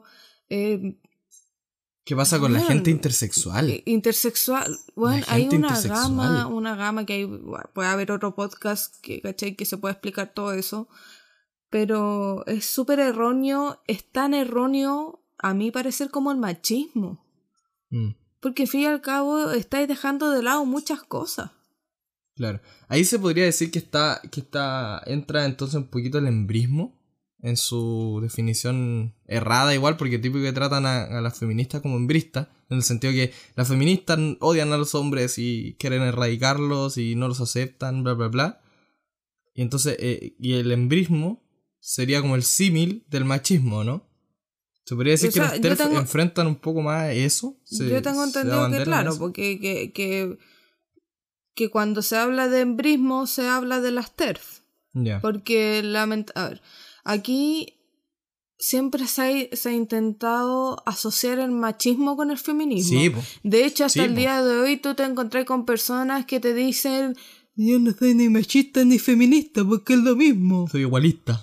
¿Qué pasa con la gente intersexual? Intersexual. Bueno, hay una gama que hay, puede haber otro podcast que, ¿cachai? Que se puede explicar todo eso. Pero es súper erróneo, es tan erróneo a mi parecer como el machismo. Porque al fin y al cabo estáis dejando de lado muchas cosas. Claro. Ahí se podría decir que entra entonces un poquito el embrismo en su definición errada igual, porque típico que tratan a las feministas como embristas, en el sentido que las feministas odian a los hombres y quieren erradicarlos y no los aceptan, bla bla bla. Y entonces, y el embrismo sería como el símil del machismo, ¿no? Se podría decir que las TERF enfrentan un poco más eso. Yo tengo entendido que claro, porque que cuando se habla de embrismo se habla de las TERF. Yeah. Porque a ver, aquí siempre se ha intentado asociar el machismo con el feminismo. Sí, de hecho, hasta el día de hoy tú te encontrás con personas que te dicen: yo no soy ni machista ni feminista porque es lo mismo. Soy igualista.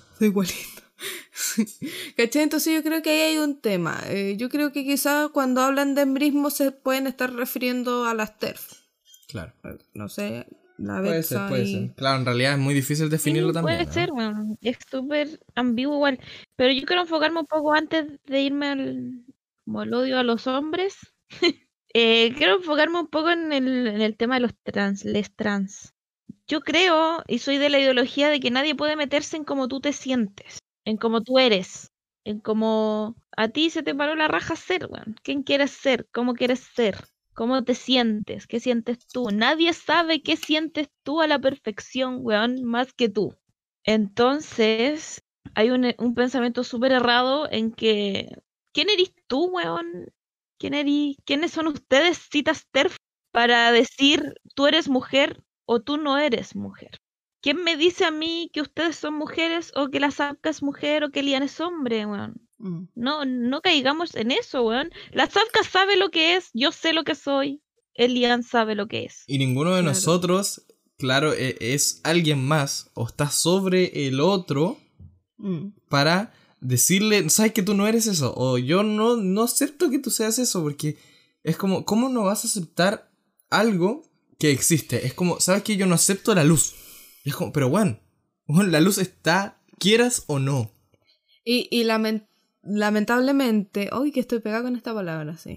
¿Cachai? Entonces yo creo que ahí hay un tema. Yo creo que quizás cuando hablan de embrismo se pueden estar refiriendo a las TERF. Claro. No sé, puede ser. Claro, en realidad es muy difícil definirlo también. Puede ser, bueno, es súper ambiguo igual. Pero yo quiero enfocarme un poco antes de irme al odio a los hombres. Quiero enfocarme un poco en el tema de les trans. Yo creo y soy de la ideología de que nadie puede meterse en cómo tú te sientes, en cómo tú eres, en cómo a ti se te paró la raja ser, weón. ¿Quién quieres ser? ¿Cómo quieres ser? ¿Cómo te sientes? ¿Qué sientes tú? Nadie sabe qué sientes tú a la perfección, weón, más que tú. Entonces, hay un pensamiento súper errado en que ¿quién eres tú, weón? ¿Quiénes son ustedes, citas TERF, para decir tú eres mujer o tú no eres mujer? ¿Quién me dice a mí que ustedes son mujeres o que la Zapka es mujer o que Lian es hombre, weón? No caigamos en eso, weón. La Zapka sabe lo que es, yo sé lo que soy, Lian sabe lo que es. Y ninguno de nosotros, claro, es alguien más o está sobre el otro para decirle, sabes que tú no eres eso, o yo no acepto que tú seas eso, porque es como, ¿cómo no vas a aceptar algo que existe? Es como, ¿sabes que yo no acepto la luz? Es como, pero bueno, la luz está, quieras o no. Y lamentablemente, hoy que estoy pegada con esta palabra, sí.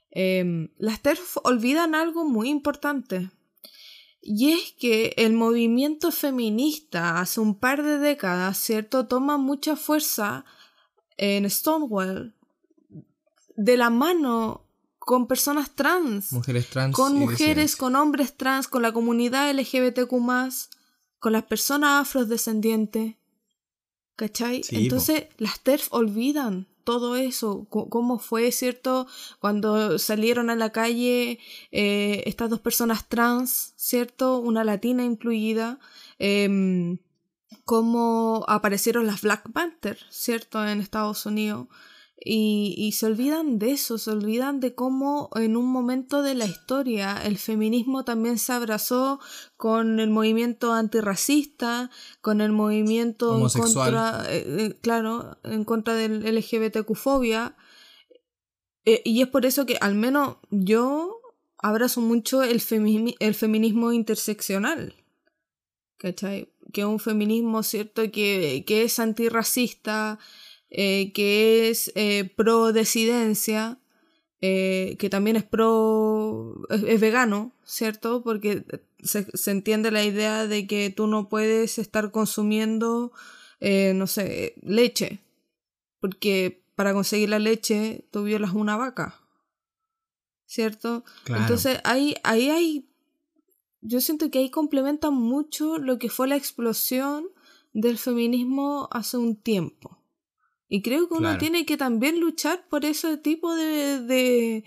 Las TERF olvidan algo muy importante. Y es que el movimiento feminista hace un par de décadas, ¿cierto?, toma mucha fuerza en Stonewall de la mano con personas trans, con mujeres, con hombres trans, con la comunidad LGBTQ+, con las personas afrodescendientes, ¿cachai? Sí, entonces las TERF olvidan todo eso, cómo fue, ¿cierto? Cuando salieron a la calle estas dos personas trans, ¿cierto? Una latina incluida, cómo aparecieron las Black Panther, ¿cierto? En Estados Unidos. Y se olvidan de eso, se olvidan de cómo en un momento de la historia el feminismo también se abrazó con el movimiento antirracista, con el movimiento homosexual, en contra del LGBTQ-fobia. Y es por eso que al menos yo abrazo mucho el feminismo interseccional, ¿cachai? Que es un feminismo, ¿cierto?, que es antirracista, que es pro desidencia, que también es es vegano, ¿cierto? Porque se entiende la idea de que tú no puedes estar consumiendo, no sé, leche, porque para conseguir la leche tú violas una vaca, ¿cierto? Claro. Entonces ahí hay, yo siento que ahí complementa mucho lo que fue la explosión del feminismo hace un tiempo. Y creo que uno tiene que también luchar por ese tipo de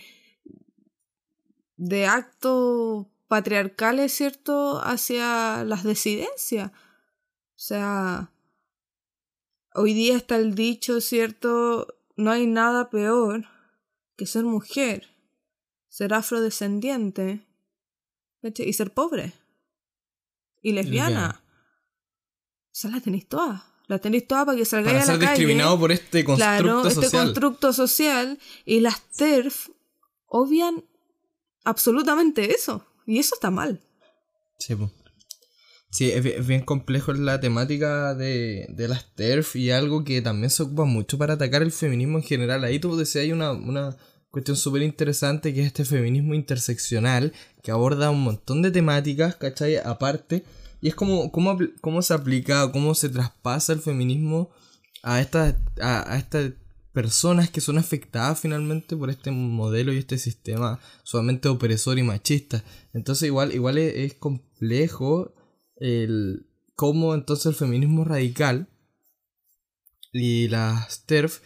actos patriarcales, ¿cierto?, hacia las disidencias. O sea, hoy día está el dicho, ¿cierto?, no hay nada peor que ser mujer, ser afrodescendiente, ¿cachai?, y ser pobre y lesbiana. O sea, las tenéis todas. La tenéis toda para que salgáis a la calle. Para ser discriminado por este constructo social. Este constructo social. Y las TERF obvian absolutamente eso. Y eso está mal. Sí, pues. Sí, es bien complejo la temática de las TERF y algo que también se ocupa mucho para atacar el feminismo en general. Ahí tú decías, hay una cuestión súper interesante que es este feminismo interseccional que aborda un montón de temáticas, ¿cachai?, aparte. Y es cómo se aplica, cómo se traspasa el feminismo a estas personas que son afectadas finalmente por este modelo y este sistema sumamente opresor y machista. Entonces igual es complejo cómo entonces el feminismo radical y las TERF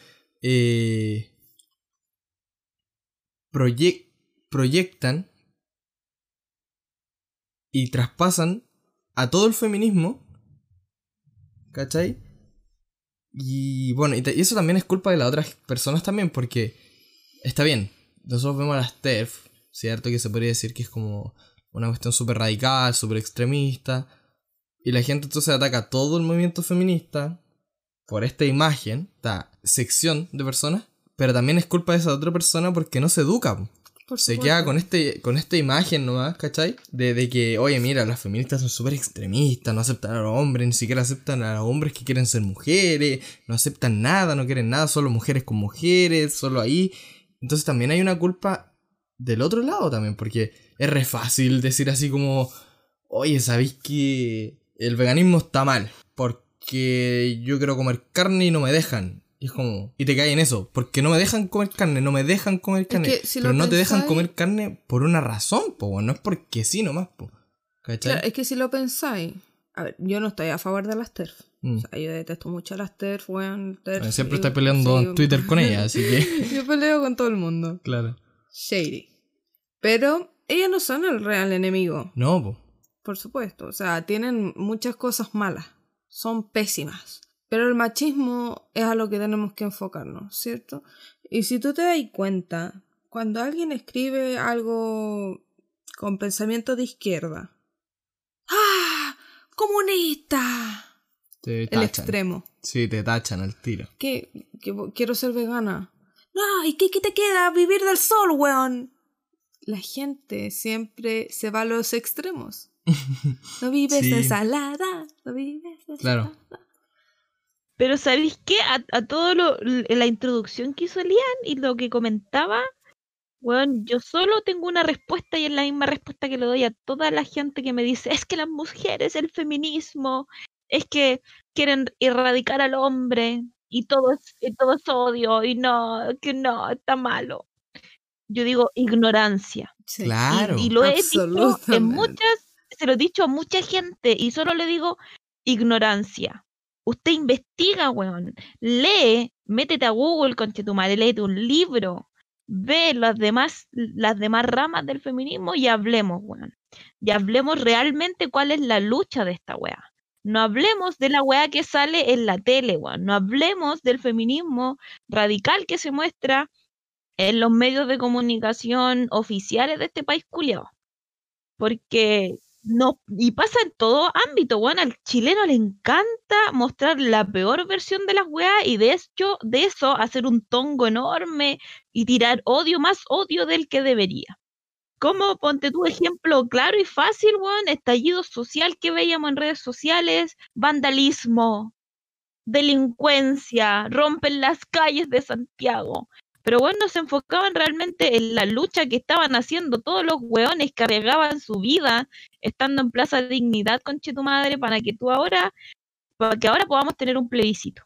proyectan y traspasan a todo el feminismo, ¿cachai? Y bueno, y eso también es culpa de las otras personas también, porque está bien, nosotros vemos a las TERF, ¿cierto? Que se podría decir que es como una cuestión súper radical, súper extremista, y la gente entonces ataca a todo el movimiento feminista por esta imagen, esta sección de personas, pero también es culpa de esa otra persona porque no se educa, se queda con esta imagen nomás, ¿cachai? De que, oye, mira, las feministas son súper extremistas, no aceptan a los hombres, ni siquiera aceptan a los hombres que quieren ser mujeres, no aceptan nada, no quieren nada, solo mujeres con mujeres, solo ahí. Entonces también hay una culpa del otro lado también, porque es re fácil decir así como, oye, ¿sabéis que el veganismo está mal? Porque yo quiero comer carne y no me dejan. Y es como, y te cae en eso, porque no me dejan comer carne, pero no te dejan comer carne por una razón, po, no es porque sí nomás, po, ¿cachai? Claro, es que si lo pensáis, a ver, yo no estoy a favor de las TERF, o sea, yo detesto mucho a las TERF, weón, bueno, siempre estoy peleando en Twitter con ellas, así que... Yo peleo con todo el mundo. Claro. Shady. Pero ellas no son el real enemigo. No, po. Por supuesto, o sea, tienen muchas cosas malas, son pésimas. Pero el machismo es a lo que tenemos que enfocarnos, ¿cierto? Y si tú te das cuenta, cuando alguien escribe algo con pensamiento de izquierda, ¡ah! ¡Comunista! Te tachan. El extremo. Sí, te tachan al tiro. ¿Qué? ¿Quiero ser vegana? No, ¿y qué te queda? Vivir del sol, weón. La gente siempre se va a los extremos. No vives de ensalada, no vives de ensalada. Claro. Pero ¿sabéis qué? A todo la introducción que hizo Lian y lo que comentaba, Weón, yo solo tengo una respuesta y es la misma respuesta que le doy a toda la gente que me dice, es que las mujeres, el feminismo, es que quieren erradicar al hombre y todo es odio y no, que no, está malo. Yo digo ignorancia. Sí, Y Claro. lo he dicho en absolutamente. se lo he dicho a mucha gente y solo le digo ignorancia. Usted investiga, weón. Lee, métete a Google, conchetumare, léete un libro, ve las demás ramas del feminismo y hablemos, weón. Y hablemos realmente cuál es la lucha de esta weá. No hablemos de la weá que sale en la tele, weón. No hablemos del feminismo radical que se muestra en los medios de comunicación oficiales de este país culiao. Porque no, y pasa en todo ámbito, weón, al chileno le encanta mostrar la peor versión de las weas y de hecho, de eso hacer un tongo enorme y tirar odio, más odio del que debería. Como ponte tu ejemplo claro y fácil, weón, estallido social que veíamos en redes sociales, vandalismo, delincuencia, rompen las calles de Santiago. Pero bueno, se enfocaban realmente en la lucha que estaban haciendo todos los hueones que arriesgaban su vida estando en Plaza Dignidad, conche tu madre, para que ahora podamos tener un plebiscito.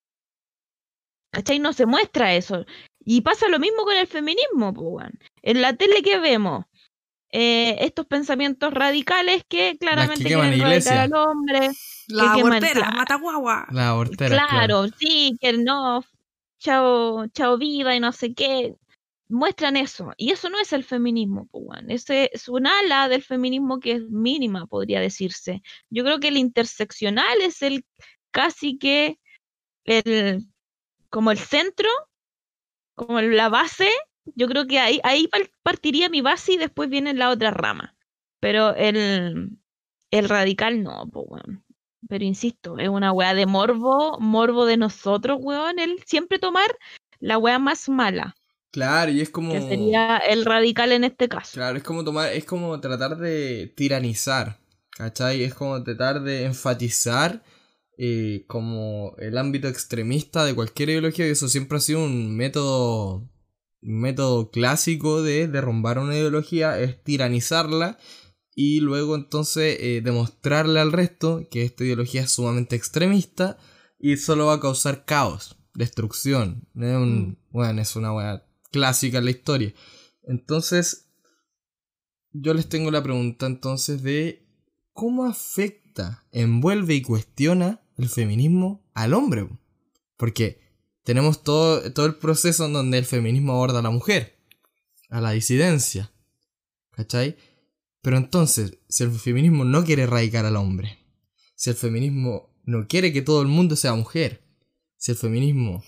¿Cachai? No se muestra eso. Y pasa lo mismo con el feminismo, pues, weón. En la tele que vemos, estos pensamientos radicales que Las que claramente queman quieren erradicar iglesia. al hombre, La que queman, abortera, mata guagua. Las aborteras, claro. claro, sí, que no, chao, chao vida y no sé qué, muestran eso. Y eso no es el feminismo, pues, weón. Ese es un ala del feminismo que es mínima, podría decirse. Yo creo que el interseccional es el casi que el, como el centro, como la base. Yo creo que ahí partiría mi base y después viene la otra rama. Pero el radical no, pues, weón. Pero insisto, es una weá de morbo de nosotros, weón, el siempre tomar la weá más mala, Claro, y es que como. sería el radical en este caso. Claro, es como tomar. Es como tratar de tiranizar. ¿Cachai? Es como tratar de enfatizar como el ámbito extremista de cualquier ideología. Y eso siempre ha sido un método. Un método clásico de derrumbar una ideología. Es tiranizarla. Y luego entonces demostrarle al resto que esta ideología es sumamente extremista y solo va a causar caos, destrucción. Bueno, es una buena clásica en la historia. Entonces, yo les tengo la pregunta entonces de cómo afecta, envuelve y cuestiona el feminismo al hombre. Porque tenemos todo el proceso en donde el feminismo aborda a la mujer, a la disidencia, ¿cachai? Pero entonces, si el feminismo no quiere erradicar al hombre, si el feminismo no quiere que todo el mundo sea mujer, si el feminismo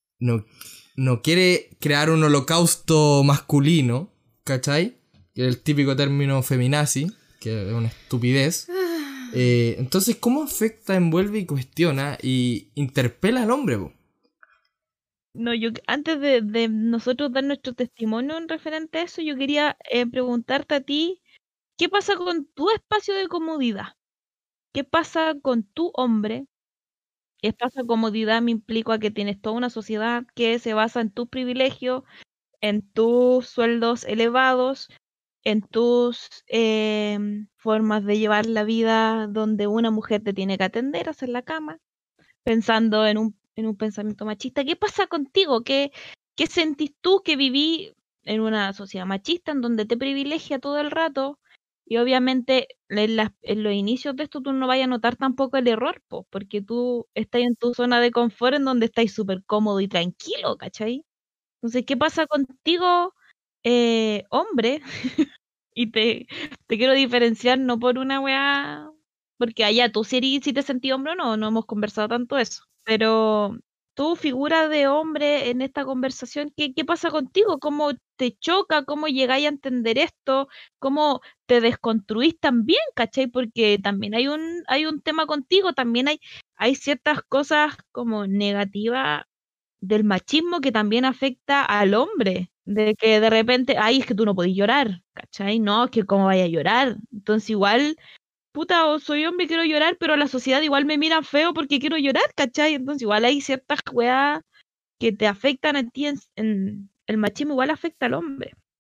no quiere crear un holocausto masculino, ¿cachai? Que es el típico término feminazi, que es una estupidez. Entonces, ¿cómo afecta, envuelve y cuestiona y interpela al hombre, po? No, yo antes de nosotros dar nuestro testimonio en referente a eso, yo quería preguntarte a ti, ¿qué pasa con tu espacio de comodidad? ¿Qué pasa con tu hombre? Espacio de comodidad me implica a que tienes toda una sociedad que se basa en tus privilegios, en tus sueldos elevados, en tus formas de llevar la vida donde una mujer te tiene que atender, hacer la cama, pensando en un pensamiento machista. ¿Qué pasa contigo? ¿Qué sentís tú que viví en una sociedad machista en donde te privilegia todo el rato? Y obviamente en los inicios de esto tú no vayas a notar tampoco el error, po, porque tú estás en tu zona de confort en donde estás súper cómodo y tranquilo, ¿cachai? Entonces, ¿qué pasa contigo, hombre? Y te quiero diferenciar no por una weá, porque allá tú si te sentí hombre o no, no hemos conversado tanto eso. Pero tú, figura de hombre en esta conversación, ¿qué pasa contigo? ¿Cómo te choca? ¿Cómo llegáis a entender esto? ¿Cómo te desconstruís también, cachai? Porque también hay un tema contigo, también hay ciertas cosas como negativas del machismo que también afecta al hombre, de que de repente, ay, es que tú no podés llorar, ¿cachai? No, es que cómo vaya a llorar. Entonces igual, puta, o soy hombre y quiero llorar, pero la sociedad igual me mira feo porque quiero llorar, ¿cachai? Entonces igual hay ciertas weas que te afectan a ti, el machismo igual afecta al hombre.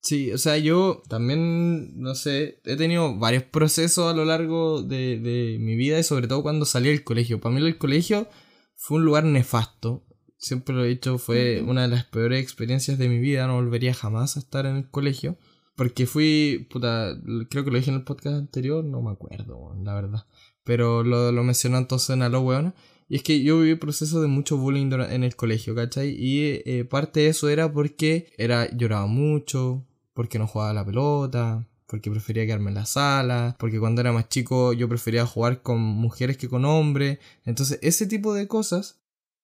Sí, o sea, yo también, no sé, he tenido varios procesos a lo largo de mi vida y sobre todo cuando salí del colegio. Para mí el colegio fue un lugar nefasto. Siempre lo he dicho, fue una de las peores experiencias de mi vida. No volvería jamás a estar en el colegio. Porque fui, puta, creo que lo dije en el podcast anterior, no me acuerdo, la verdad. Pero lo mencionó entonces en Aló, weón. Y es que yo viví procesos de mucho bullying en el colegio, ¿cachai? Y parte de eso era porque lloraba mucho, porque no jugaba a la pelota, porque prefería quedarme en la sala, porque cuando era más chico yo prefería jugar con mujeres que con hombres. Entonces ese tipo de cosas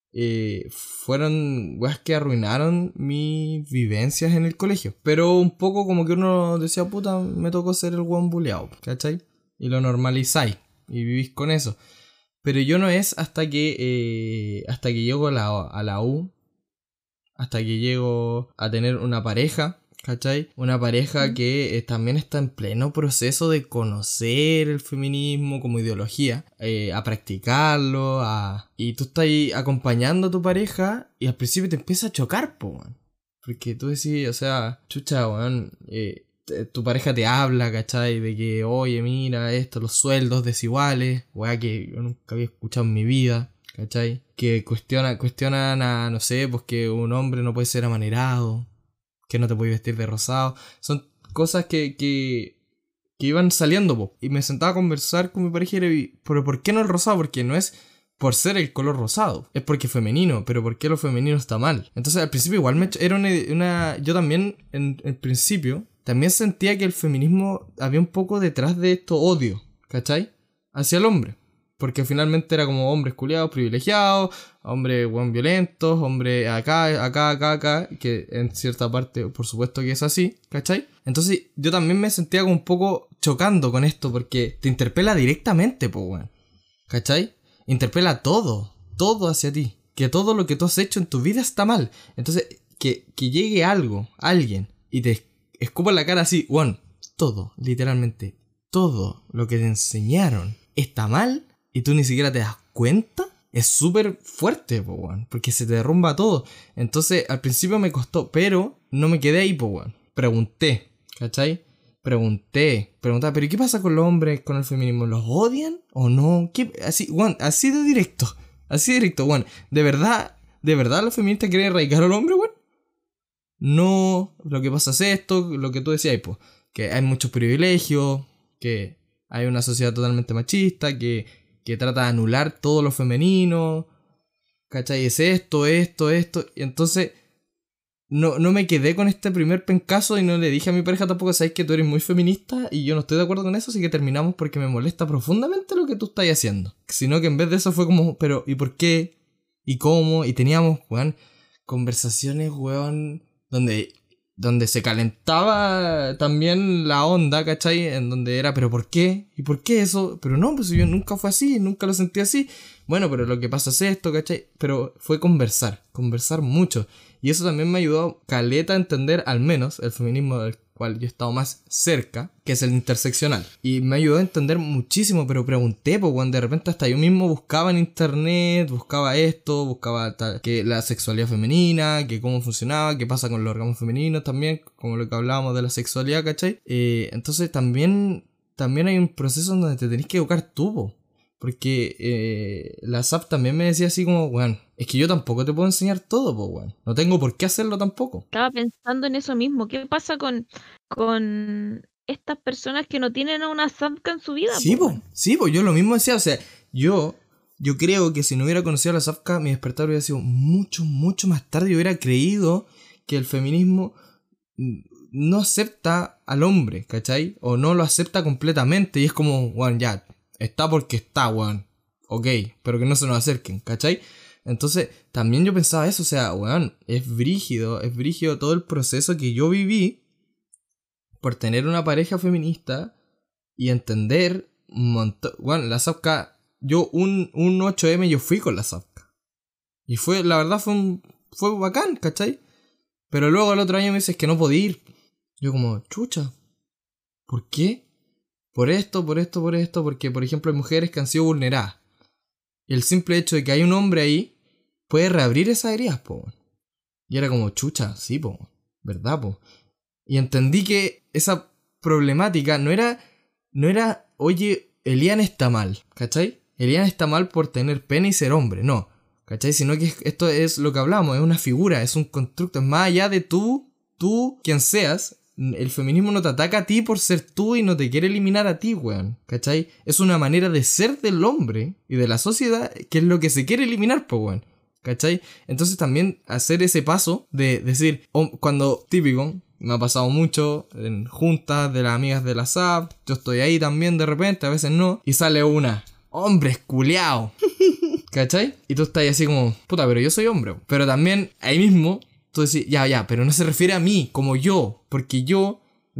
fueron weas que arruinaron mis vivencias en el colegio. Pero un poco como que uno decía, puta, me tocó ser el weón bulleado, ¿cachai? Y lo normalizáis y vivís con eso. Pero yo no es hasta que llego a la U, hasta que llego a tener una pareja, ¿cachai? Una pareja que también está en pleno proceso de conocer el feminismo como ideología, a practicarlo, y tú estás ahí acompañando a tu pareja y al principio te empieza a chocar, po, man. Porque tú decís, o sea, chucha, weón, tu pareja te habla, ¿cachai? De que, oye, mira, esto, los sueldos desiguales, weá, que yo nunca había escuchado en mi vida, ¿cachai? Que cuestionan a, no sé, pues que un hombre no puede ser amanerado, que no te puedes vestir de rosado. Son cosas que iban saliendo, po. Y me sentaba a conversar con mi pareja y pero ¿por qué no el rosado? Porque no es por ser el color rosado, es porque es femenino, pero ¿por qué lo femenino está mal? Entonces al principio igual era una yo también en el principio también sentía que el feminismo había un poco detrás de esto odio, ¿cachai? Hacia el hombre. Porque finalmente era como hombres culiados, privilegiados, hombres violentos, hombres acá, que en cierta parte por supuesto que es así, ¿cachai? Entonces yo también me sentía como un poco chocando con esto porque te interpela directamente, po, weón, ¿cachai? Interpela todo hacia ti, que todo lo que tú has hecho en tu vida está mal. Entonces que llegue alguien y te escupa en la cara así, weón, todo, literalmente, todo lo que te enseñaron está mal y tú ni siquiera te das cuenta, es súper fuerte, po, weón, porque se te derrumba todo. Entonces al principio me costó, pero no me quedé ahí, po, weón. Pregunté, ¿cachai? Pregunté, pero ¿qué pasa con los hombres, con el feminismo? ¿Los odian o no? ¿Qué? Así, weón, así de directo, weón. ¿De verdad los feministas quieren erradicar al hombre, weón? No, lo que pasa es esto, lo que tú decías, pues, que hay muchos privilegios, que hay una sociedad totalmente machista, que trata de anular todo lo femenino, ¿cachai? Es esto, y entonces no me quedé con este primer pencazo y no le dije a mi pareja tampoco, sabes que tú eres muy feminista y yo no estoy de acuerdo con eso, así que terminamos porque me molesta profundamente lo que tú estás haciendo. Sino que en vez de eso fue como, pero ¿y por qué? ¿Y cómo? Y teníamos, weón, conversaciones, weón, donde se calentaba también la onda, ¿cachai? En donde era, ¿pero por qué? ¿Y por qué eso? Pero no, pues yo nunca fue así, nunca lo sentí así. Bueno, pero lo que pasa es esto, ¿cachai? Pero fue conversar mucho. Y eso también me ayudó caleta a entender al menos el feminismo del cual yo he estado más cerca, que es el interseccional. Y me ayudó a entender muchísimo, pero pregunté, pues cuando de repente hasta yo mismo buscaba en internet, buscaba esto, buscaba que la sexualidad femenina, que cómo funcionaba, qué pasa con los órganos femeninos también, como lo que hablábamos de la sexualidad, ¿cachai? Entonces también hay un proceso donde te tenés que educar tú, po. Porque la SAP también me decía así como, weón, es que yo tampoco te puedo enseñar todo, pues, weón. No tengo por qué hacerlo tampoco. Estaba pensando en eso mismo. ¿Qué pasa con estas personas que no tienen a una SAPCA en su vida? Sí, pues, yo lo mismo decía. O sea, yo creo que si no hubiera conocido a la SAPCA, mi despertar hubiera sido mucho, mucho más tarde. Yo hubiera creído que el feminismo no acepta al hombre, ¿cachai? O no lo acepta completamente. Y es como, weón, ya, está porque está, weón. Ok, pero que no se nos acerquen, ¿cachai? Entonces, también yo pensaba eso, o sea, weón, es brígido todo el proceso que yo viví por tener una pareja feminista y entender un montón. Weón, la SAPCA, yo un 8M yo fui con la SAPCA. Y la verdad fue bacán, ¿cachai? Pero luego el otro año me dices que no podía ir. Yo como, chucha, ¿por qué? Por esto, porque por ejemplo hay mujeres que han sido vulneradas. Y el simple hecho de que hay un hombre ahí puede reabrir esas heridas, po. Y era como, chucha, sí, po, ¿verdad, po? Y entendí que esa problemática no era, oye, Elian está mal, ¿cachai? Elian está mal por tener pene y ser hombre, no, ¿cachai? Sino que esto es lo que hablamos, es una figura, es un constructo, es más allá de tú, quien seas. El feminismo no te ataca a ti por ser tú y no te quiere eliminar a ti, weón, ¿cachai? Es una manera de ser del hombre y de la sociedad que es lo que se quiere eliminar, pues, weón, ¿cachai? Entonces también hacer ese paso de decir, cuando típico, me ha pasado mucho en juntas de las amigas de la SAP, yo estoy ahí también de repente, a veces no, y sale una, hombre culiao, ¿cachai? Y tú estás así como, puta, pero yo soy hombre. Pero también ahí mismo tú decís, ya, pero no se refiere a mí, como yo, porque yo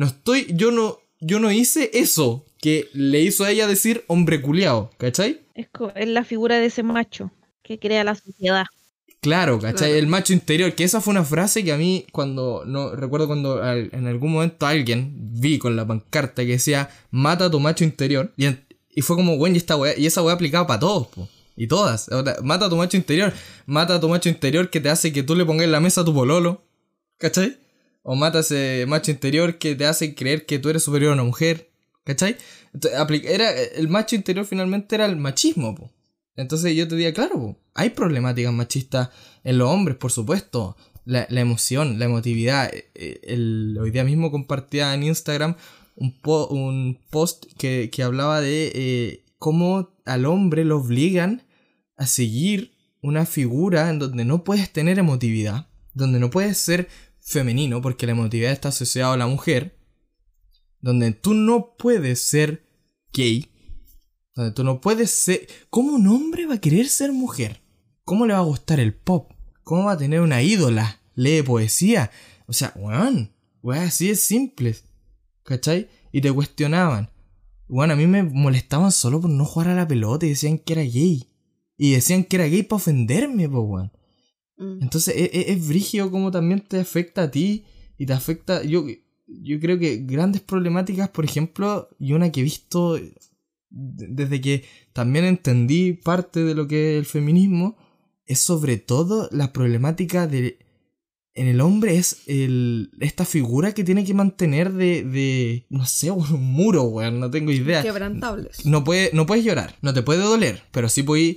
no hice eso que le hizo a ella decir hombre culiao, ¿cachai? Es la figura de ese macho que crea la sociedad. Claro, ¿cachai? Claro. El macho interior, que esa fue una frase que a mí recuerdo cuando en algún momento alguien vi con la pancarta que decía, mata a tu macho interior, y fue como, bueno, y esa weá aplicaba para todos, po. Y todas, mata a tu macho interior que te hace que tú le pongas en la mesa a tu pololo, ¿cachai? O mata a ese macho interior que te hace creer que tú eres superior a una mujer, ¿cachai? Entonces, el macho interior finalmente era el machismo, po. Entonces yo te diría, claro, po, hay problemáticas machistas en los hombres, por supuesto, la emoción, la emotividad. Hoy día mismo compartía en Instagram un post que hablaba de cómo al hombre lo obligan a seguir una figura en donde no puedes tener emotividad, donde no puedes ser femenino porque la emotividad está asociada a la mujer, donde tú no puedes ser gay, donde tú no puedes ser... ¿Cómo un hombre va a querer ser mujer? ¿Cómo le va a gustar el pop? ¿Cómo va a tener una ídola? ¿Lee poesía? O sea, weón, así es simple, ¿cachai? Y te cuestionaban. Bueno, a mí me molestaban solo por no jugar a la pelota y decían que era gay. Y decían que era gay para ofenderme, po, weón. Entonces es brígido como también te afecta a ti y te afecta... Yo creo que grandes problemáticas, por ejemplo, y una que he visto desde que también entendí parte de lo que es el feminismo, es sobre todo la problemática en el hombre es esta figura que tiene que mantener de no sé, un muro, weón, no tengo idea. Quebrantables. No puedes llorar, no te puede doler, pero sí puedes,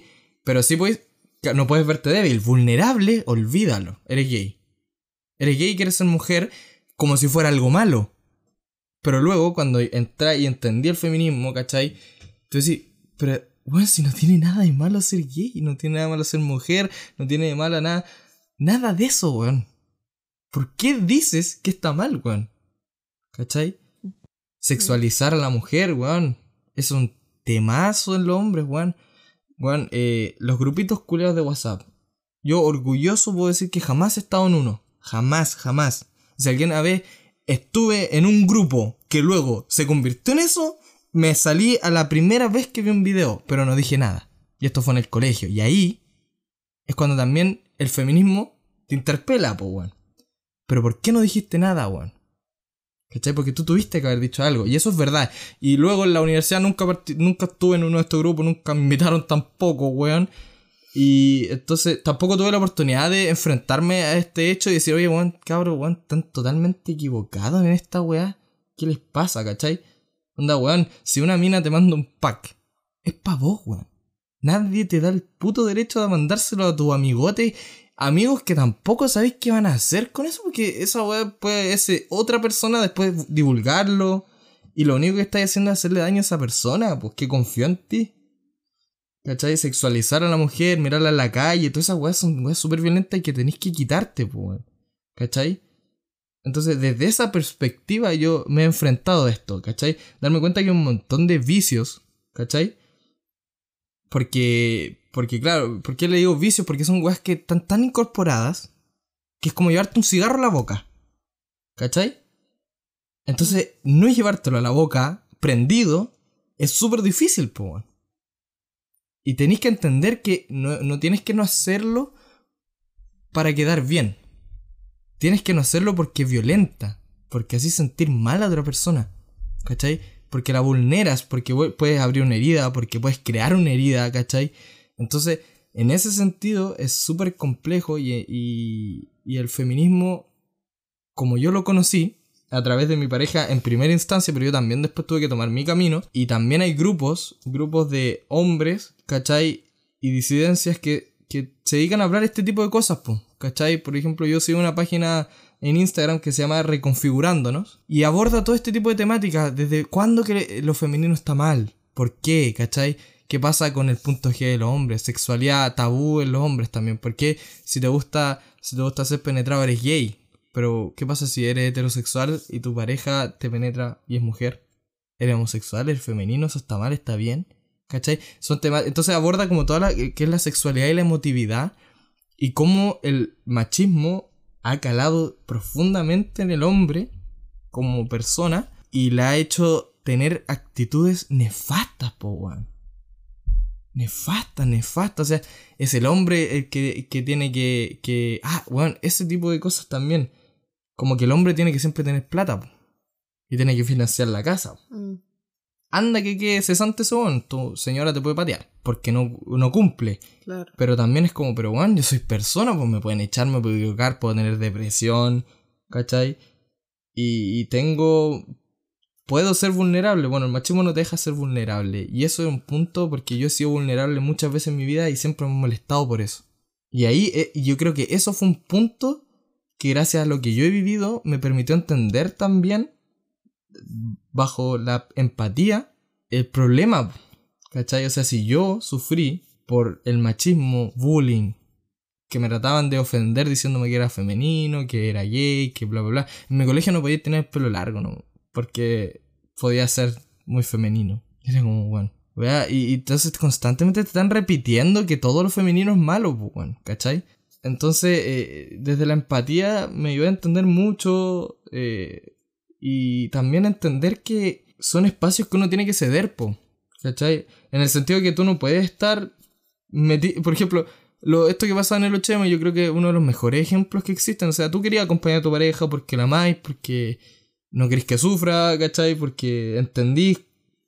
no puedes verte débil, vulnerable, olvídalo, eres gay. Eres gay y quieres ser mujer como si fuera algo malo. Pero luego cuando entré y entendí el feminismo, ¿cachai? Tú decís, pero bueno, si no tiene nada de malo ser gay, no tiene nada de malo ser mujer, no tiene de malo nada de eso, weón. ¿Por qué dices que está mal, weón? ¿Cachai? Sexualizar a la mujer, weón. Es un temazo en los hombres, weón. Weón, los grupitos culeados de WhatsApp. Yo orgulloso puedo decir que jamás he estado en uno. Jamás. Si alguien a vez estuve en un grupo que luego se convirtió en eso, me salí a la primera vez que vi un video, pero no dije nada. Y esto fue en el colegio. Y ahí es cuando también el feminismo te interpela, po, weón. Pero ¿por qué no dijiste nada, weón? ¿Cachai? Porque tú tuviste que haber dicho algo. Y eso es verdad. Y luego en la universidad nunca estuve en uno de estos grupos. Nunca me invitaron tampoco, weón. Y entonces tampoco tuve la oportunidad de enfrentarme a este hecho y decir, oye, weón, cabrón, weón, están totalmente equivocados en esta weá. ¿Qué les pasa, cachai? Onda, weón, si una mina te manda un pack, es pa' vos, weón. Nadie te da el puto derecho de mandárselo a tu amigote. Amigos que tampoco sabéis qué van a hacer con eso, porque esa weá puede otra persona después divulgarlo, y lo único que estáis haciendo es hacerle daño a esa persona, pues que confió en ti. ¿Cachai? Sexualizar a la mujer, mirarla en la calle, todas esas weas son weas súper violentas y que tenéis que quitarte, pues, weón. ¿Cachai? Entonces, desde esa perspectiva yo me he enfrentado a esto, ¿cachai? Darme cuenta que hay un montón de vicios, ¿cachai? Porque claro, ¿por qué le digo vicios? Porque son weas que están tan incorporadas que es como llevarte un cigarro a la boca, ¿cachai? Entonces, no llevártelo a la boca prendido es súper difícil, po, weón. Y tenéis que entender que no tienes que no hacerlo para quedar bien. Tienes que no hacerlo porque es violenta, porque así sentir mal a otra persona, ¿cachai? Porque la vulneras, porque puedes abrir una herida, porque puedes crear una herida, ¿cachai? Entonces, en ese sentido es súper complejo y el feminismo, como yo lo conocí, a través de mi pareja en primera instancia, pero yo también después tuve que tomar mi camino. Y también hay grupos de hombres, ¿cachai? Y disidencias que se dedican a hablar este tipo de cosas, po, ¿cachai? Por ejemplo, yo sigo una página en Instagram que se llama Reconfigurándonos y aborda todo este tipo de temáticas. ¿Desde cuándo que lo femenino está mal? ¿Por qué? ¿Cachai? ¿Qué pasa con el punto G de los hombres? Sexualidad tabú en los hombres también. ¿Por qué si te gusta ser penetrado eres gay? Pero ¿qué pasa si eres heterosexual y tu pareja te penetra y es mujer? ¿Eres homosexual? ¿Eres femenino? ¿Eso está mal? ¿Está bien? ¿Cachai? Son temas. Entonces aborda como toda que es la sexualidad y la emotividad y cómo el machismo ha calado profundamente en el hombre como persona y le ha hecho tener actitudes nefastas, po, weón. Nefastas. O sea, es el hombre el que tiene que... weón, ese tipo de cosas también. Como que el hombre tiene que siempre tener plata, po, y tiene que financiar la casa, po. Anda que cesante son, tu señora te puede patear porque no cumple. Claro. Pero también es como, pero bueno, yo soy persona, pues me pueden echar, me puedo equivocar, puedo tener depresión, ¿cachai? Y puedo ser vulnerable. Bueno, el machismo no te deja ser vulnerable. Y eso es un punto porque yo he sido vulnerable muchas veces en mi vida y siempre me he molestado por eso. Y ahí yo creo que eso fue un punto que gracias a lo que yo he vivido me permitió entender también, bajo la empatía, el problema, ¿cachai? O sea, si yo sufrí por el machismo, bullying, que me trataban de ofender diciéndome que era femenino, que era gay, que bla bla bla. En mi colegio no podía tener el pelo largo, ¿no? Porque podía ser muy femenino. Era como, bueno, y entonces constantemente te están repitiendo que todo lo femenino es malo, pues, bueno, ¿cachai? Entonces, desde la empatía me ayudó a entender mucho, y también entender que son espacios que uno tiene que ceder, po, ¿cachai? En el sentido de que tú no puedes estar metido... Por ejemplo, esto que pasa en el 8M yo creo que es uno de los mejores ejemplos que existen. O sea, tú querías acompañar a tu pareja porque la amáis, porque no querés que sufra, ¿cachai? Porque entendís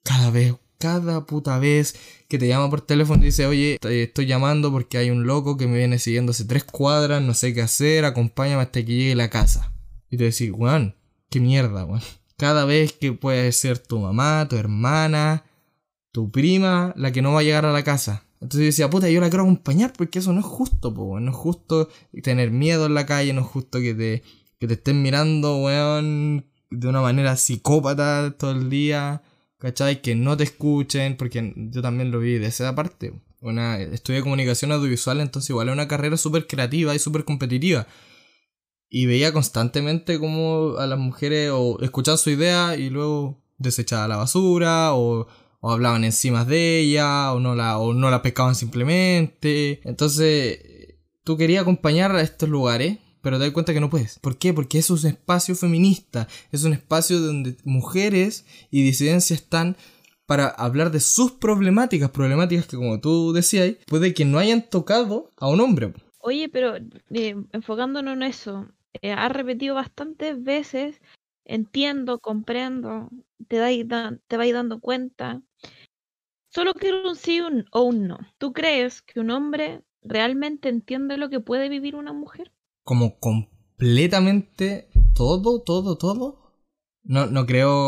cada puta vez que te llama por teléfono y dice, oye, te estoy llamando porque hay un loco que me viene siguiendo hace 3 cuadras, no sé qué hacer, acompáñame hasta que llegue a la casa. Y te decís, weón, qué mierda, weón. Cada vez que puede ser tu mamá, tu hermana, tu prima, la que no va a llegar a la casa. Entonces yo decía, puta, yo la quiero acompañar porque eso no es justo, po, weón. No es justo tener miedo en la calle, no es justo que te estén mirando, weón, de una manera psicópata todo el día, ¿cachai? Que no te escuchen, porque yo también lo vi de esa parte. Estudié comunicación audiovisual, entonces igual es una carrera súper creativa y súper competitiva. Y veía constantemente como a las mujeres o escuchaban su idea y luego desechaban a la basura o hablaban encima de ella o no la pescaban simplemente. Entonces tú querías acompañar a estos lugares, pero te das cuenta que no puedes. ¿Por qué? Porque es un espacio feminista, es un espacio donde mujeres y disidencias están para hablar de sus problemáticas que, como tú decías, puede que no hayan tocado a un hombre. Oye, pero enfocándonos en eso, has repetido bastantes veces, entiendo, comprendo, te vais dando cuenta. Solo quiero un sí o un no. ¿Tú crees que un hombre realmente entiende lo que puede vivir una mujer? Como completamente todo. No lo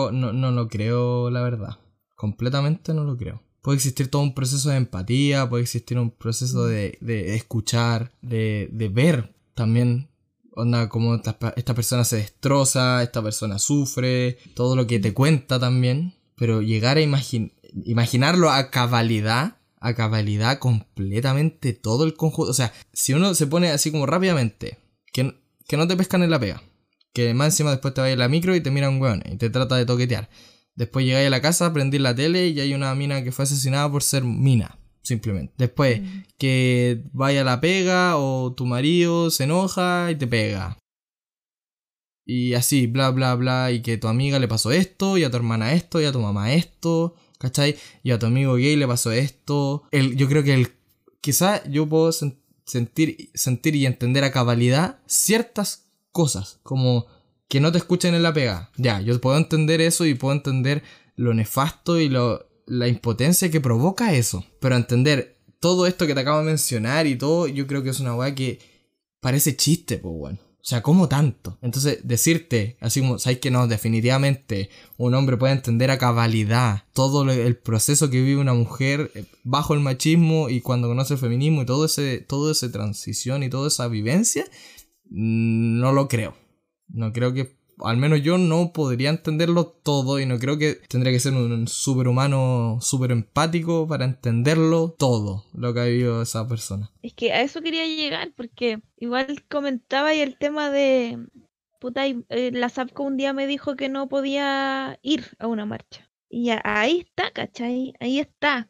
creo, la verdad. Completamente no lo creo. Puede existir todo un proceso de empatía, puede existir un proceso de escuchar, de ver también, onda, cómo esta persona se destroza, esta persona sufre, todo lo que te cuenta también, pero llegar a imaginarlo a cabalidad completamente todo el conjunto. O sea, si uno se pone así como rápidamente, que no te pescan en la pega, que más encima después te vaya a la micro y te mira un weón y te trata de toquetear. Después llegáis a la casa, prendís la tele y hay una mina que fue asesinada por ser mina, simplemente. Después, que vaya a la pega o tu marido se enoja y te pega. Y así, bla, bla, bla, y que a tu amiga le pasó esto, y a tu hermana esto, y a tu mamá esto, ¿cachai? Y a tu amigo gay le pasó esto. Yo creo que quizá yo puedo sentir y entender a cabalidad ciertas cosas, como que no te escuchen en la pega. Ya, yo puedo entender eso y puedo entender lo nefasto y la impotencia que provoca eso. Pero entender todo esto que te acabo de mencionar y todo, yo creo que es una weá que parece chiste, pues, weón. O sea, ¿cómo tanto? Entonces, decirte, así como, ¿sabes que no? Definitivamente un hombre puede entender a cabalidad todo el proceso que vive una mujer bajo el machismo y cuando conoce el feminismo y todo ese transición y toda esa vivencia, no lo creo. No creo que, al menos yo no podría entenderlo todo y no creo que tendría que ser un superhumano súper empático para entenderlo todo lo que ha vivido esa persona. Es que a eso quería llegar, porque igual comentaba y el tema de... Puta, la SAPCO un día me dijo que no podía ir a una marcha. Y ahí está, ¿cachai? Ahí está.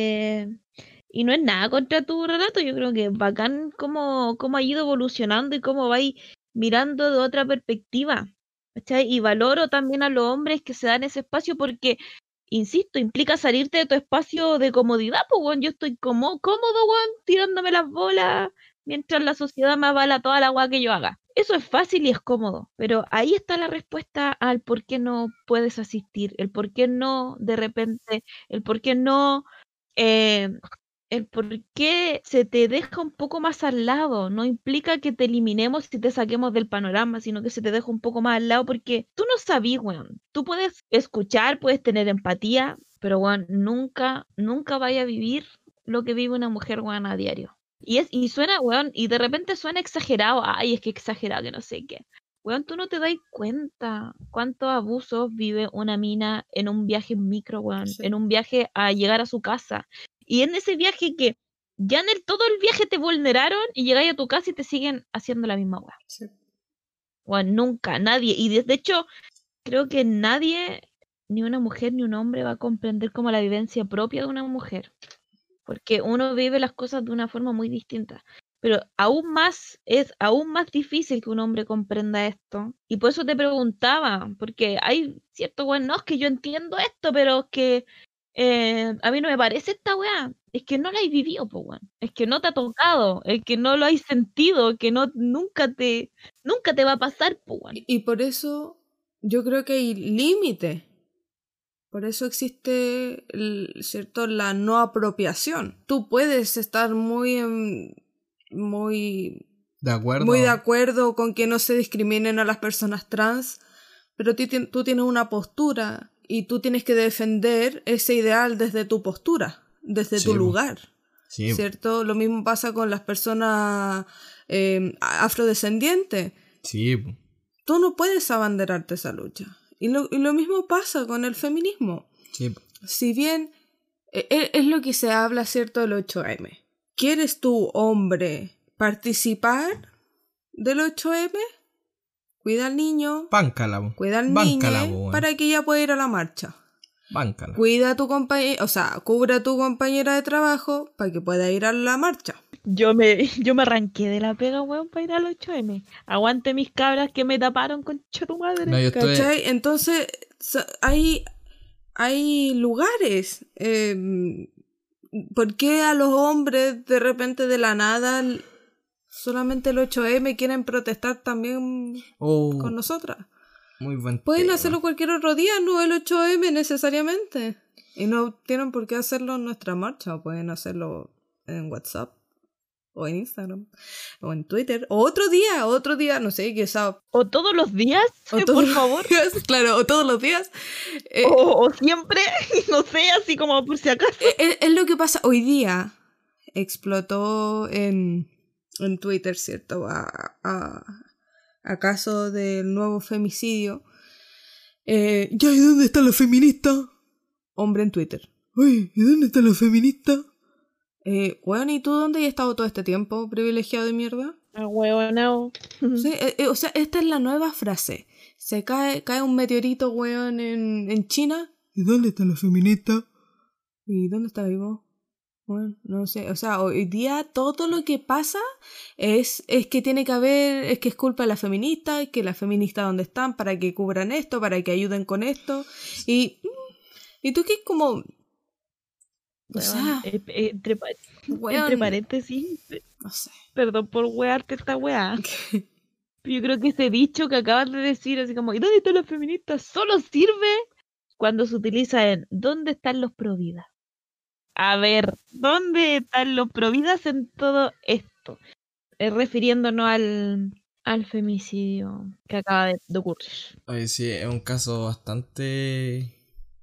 Y no es nada contra tu relato, yo creo que bacán cómo ha ido evolucionando y cómo vais mirando de otra perspectiva, ¿cachai? Y valoro también a los hombres que se dan ese espacio porque, insisto, implica salirte de tu espacio de comodidad, pues, weón. Yo estoy cómodo, weón, tirándome las bolas mientras la sociedad me avala toda la agua que yo haga. Eso es fácil y es cómodo, pero ahí está la respuesta al por qué no puedes asistir, el por qué no de repente, el por qué no... eh, el por qué se te deja un poco más al lado. No implica que te eliminemos y te saquemos del panorama, sino que se te deja un poco más al lado porque tú no sabes, weón. Tú puedes escuchar, puedes tener empatía, pero, weón, nunca vaya a vivir lo que vive una mujer, weón, a diario. Y suena, weón, y de repente suena exagerado. Ay, es que exagerado, que no sé qué. Weón, tú no te das cuenta cuántos abusos vive una mina en un viaje en micro, weón, Sí. en un viaje a llegar a su casa. Y en ese viaje que ya en todo el viaje te vulneraron y llegáis a tu casa y te siguen haciendo la misma weá. Sí. Weón, nunca, nadie. Y de hecho, creo que nadie, ni una mujer ni un hombre, va a comprender como la vivencia propia de una mujer. Porque uno vive las cosas de una forma muy distinta. Pero es aún más difícil que un hombre comprenda esto. Y por eso te preguntaba, porque hay cierto weón, no, es que yo entiendo esto, pero es que a mí no me parece esta weá. Es que no la hay vivido, po, weón. Es que no te ha tocado, es que no lo hay sentido, que no, nunca te va a pasar, po, weón. Y por eso yo creo que hay límite. Por eso existe, ¿cierto?, la no apropiación. Tú puedes estar muy ¿De acuerdo? muy de acuerdo con que no se discriminen a las personas trans, pero tú tienes una postura y tú tienes que defender ese ideal desde tu postura, desde Sí, tu po. lugar. Sí, ¿Cierto? Lo mismo pasa con las personas afrodescendientes. sí, po. Tú no puedes abanderarte esa lucha. Y lo mismo pasa con el feminismo. Sí, po. Si bien es lo que se habla, ¿cierto?, del 8M. ¿Quieres tú, hombre, participar del 8M? Cuida al niño, Báncala, po. cuida al Báncala, niño po, weón. para que ella pueda ir a la marcha. Báncala. Cuida a tu compañera, o sea, cubre a tu compañera de trabajo para que pueda ir a la marcha. Yo me arranqué de la pega, weón, para ir al 8M. Aguante mis cabras que me taparon con tu madre. No, yo estoy... ¿Cachai? Entonces, hay lugares. ¿Por qué a los hombres de repente de la nada solamente el 8M quieren protestar también Oh, con nosotras? muy buen Pueden tema. hacerlo cualquier otro día, no el 8M necesariamente. Y no tienen por qué hacerlo en nuestra marcha, pueden hacerlo en WhatsApp, o en Instagram, o en Twitter, o otro día, no sé, quizá. O todos los días, O por todos favor. los días, claro, o todos los días. O siempre, no sé, así como por si acaso. Es lo que pasa hoy día. Explotó en Twitter, ¿cierto? A caso del nuevo femicidio. ¿Ya y dónde está la feminista? Hombre en Twitter. Uy, ¿y dónde está la feminista? Bueno, ¿y tú dónde has estado todo este tiempo, privilegiado de mierda? Ah, weón, no. Sí, o sea, esta es la nueva frase. Se cae un meteorito, weón, en China. ¿Y dónde está la feminista? ¿Y dónde está vivo? Bueno, no sé, o sea, hoy día todo lo que pasa es que tiene que haber, es que es culpa de la feminista, que las feministas dónde están para que cubran esto, para que ayuden con esto. Y tú que es como... O sea, Entre weón, paréntesis, no sé. perdón por wearte esta weá. Yo creo que ese dicho que acabas de decir, así como, ¿y dónde están las feministas? Solo sirve cuando se utiliza en ¿dónde están los providas? A ver, ¿dónde están los providas en todo esto? Refiriéndonos al femicidio que acaba de ocurrir. Oye, sí, es un caso bastante...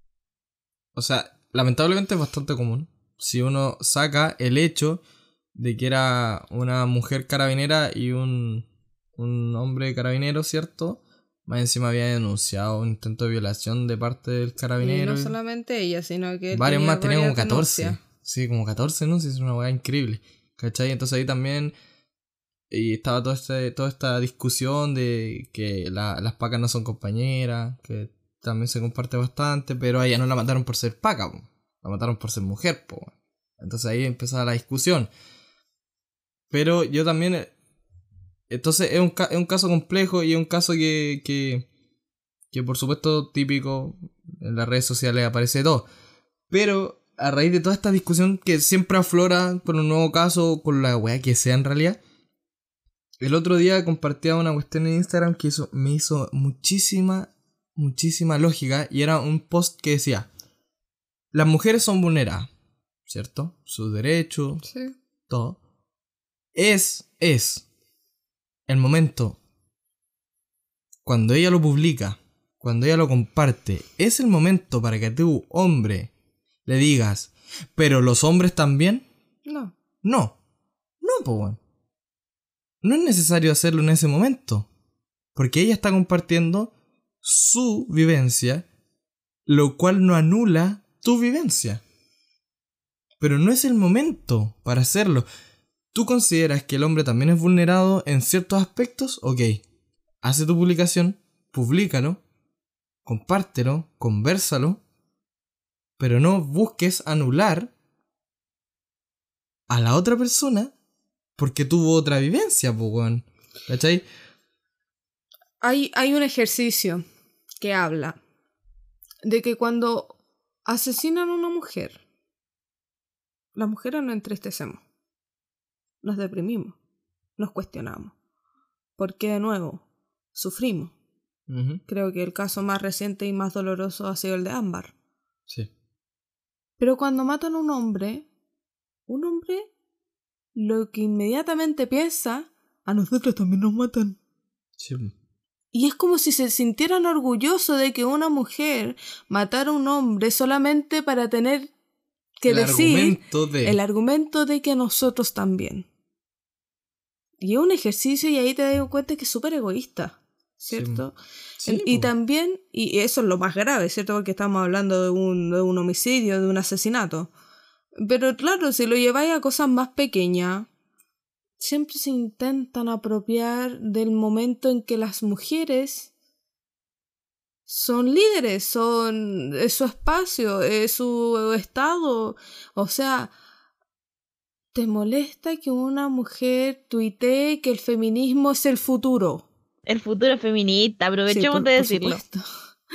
O sea, lamentablemente es bastante común. Si uno saca el hecho de que era una mujer carabinera y un hombre carabinero, ¿cierto? Más encima había denunciado un intento de violación de parte del Y carabinero. no solamente ella, sino que él Varios tenía más, tenía como varias 14. denuncias. Sí, como 14 denuncias, es una weá increíble. ¿Cachai? Entonces ahí también... Y estaba toda esta discusión de que las pacas no son compañeras, que también se comparte bastante, pero a ella no la mataron por ser paca, po. La mataron por ser mujer, po. Entonces ahí empezaba la discusión. Pero yo también... Entonces es un caso complejo y es un caso que por supuesto típico, en las redes sociales aparece todo. Pero a raíz de toda esta discusión que siempre aflora por un nuevo caso, con la weá que sea en realidad, el otro día compartía una cuestión en Instagram que me hizo muchísima lógica, y era un post que decía: las mujeres son vulneradas, ¿cierto? Sus derechos, Sí. todo. Es el momento cuando ella lo publica, cuando ella lo comparte, es el momento para que tú, hombre, le digas: ¿pero los hombres también? No. No, po, weón. No es necesario hacerlo en ese momento, porque ella está compartiendo su vivencia, lo cual no anula tu vivencia. Pero no es el momento para hacerlo. ¿Tú consideras que el hombre también es vulnerado en ciertos aspectos? Ok, hace tu publicación, públicalo, compártelo, convérsalo, pero no busques anular a la otra persona porque tuvo otra vivencia, pues, weón. ¿Cachai? Hay un ejercicio que habla de que cuando asesinan a una mujer, las mujeres nos entristecemos, nos deprimimos, nos cuestionamos, porque de nuevo sufrimos. Uh-huh. Creo que el caso más reciente y más doloroso ha sido el de Ámbar. Sí. Pero cuando matan a un hombre lo que inmediatamente piensa: a nosotros también nos matan. Sí. Y es como si se sintieran orgullosos de que una mujer matara a un hombre solamente para tener que decir el argumento de que nosotros también. Y es un ejercicio, y ahí te das cuenta que es súper egoísta, ¿cierto? Sí, y también, y eso es lo más grave, ¿cierto? Porque estamos hablando de un homicidio, de un asesinato. Pero claro, si lo lleváis a cosas más pequeñas, siempre se intentan apropiar del momento en que las mujeres son líderes, es su espacio, es su estado. O sea, ¿te molesta que una mujer tuitee que el feminismo es el futuro? El futuro feminista, aprovechemos de decirlo. Por supuesto.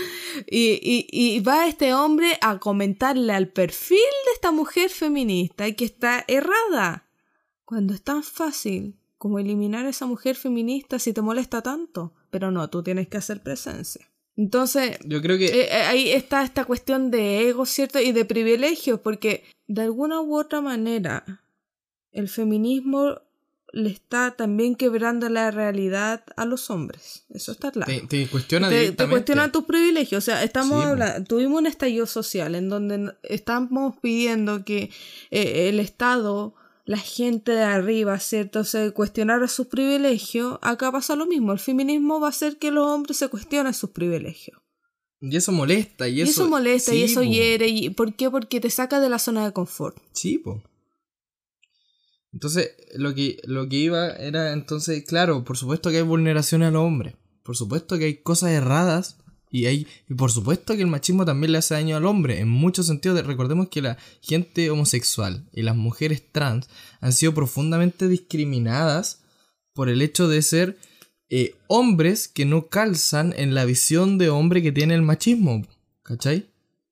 Y va este hombre a comentarle al perfil de esta mujer feminista que está errada, cuando es tan fácil como eliminar a esa mujer feminista si te molesta tanto. Pero no, tú tienes que hacer presencia. Entonces, yo creo que ahí está esta cuestión de ego, ¿cierto? Y de privilegios, porque de alguna u otra manera el feminismo le está también quebrando la realidad a los hombres. Eso está claro. Te cuestiona directamente. Te cuestiona tus privilegios. O sea, Sí, tuvimos un estallido social en donde estamos pidiendo que el Estado, la gente de arriba, ¿cierto?, se cuestionara sus privilegios. Acá pasa lo mismo. El feminismo va a hacer que los hombres se cuestionen sus privilegios. Y eso molesta. Y eso molesta, sí, y eso po. hiere. ¿Por qué? Porque te saca de la zona de confort. Sí, po. Entonces, lo que iba era, entonces, claro, por supuesto que hay vulneraciones a los hombres. Por supuesto que hay cosas erradas. Y por supuesto que el machismo también le hace daño al hombre. En muchos sentidos, recordemos que la gente homosexual y las mujeres trans han sido profundamente discriminadas por el hecho de ser hombres que no calzan en la visión de hombre que tiene el machismo. ¿Cachai?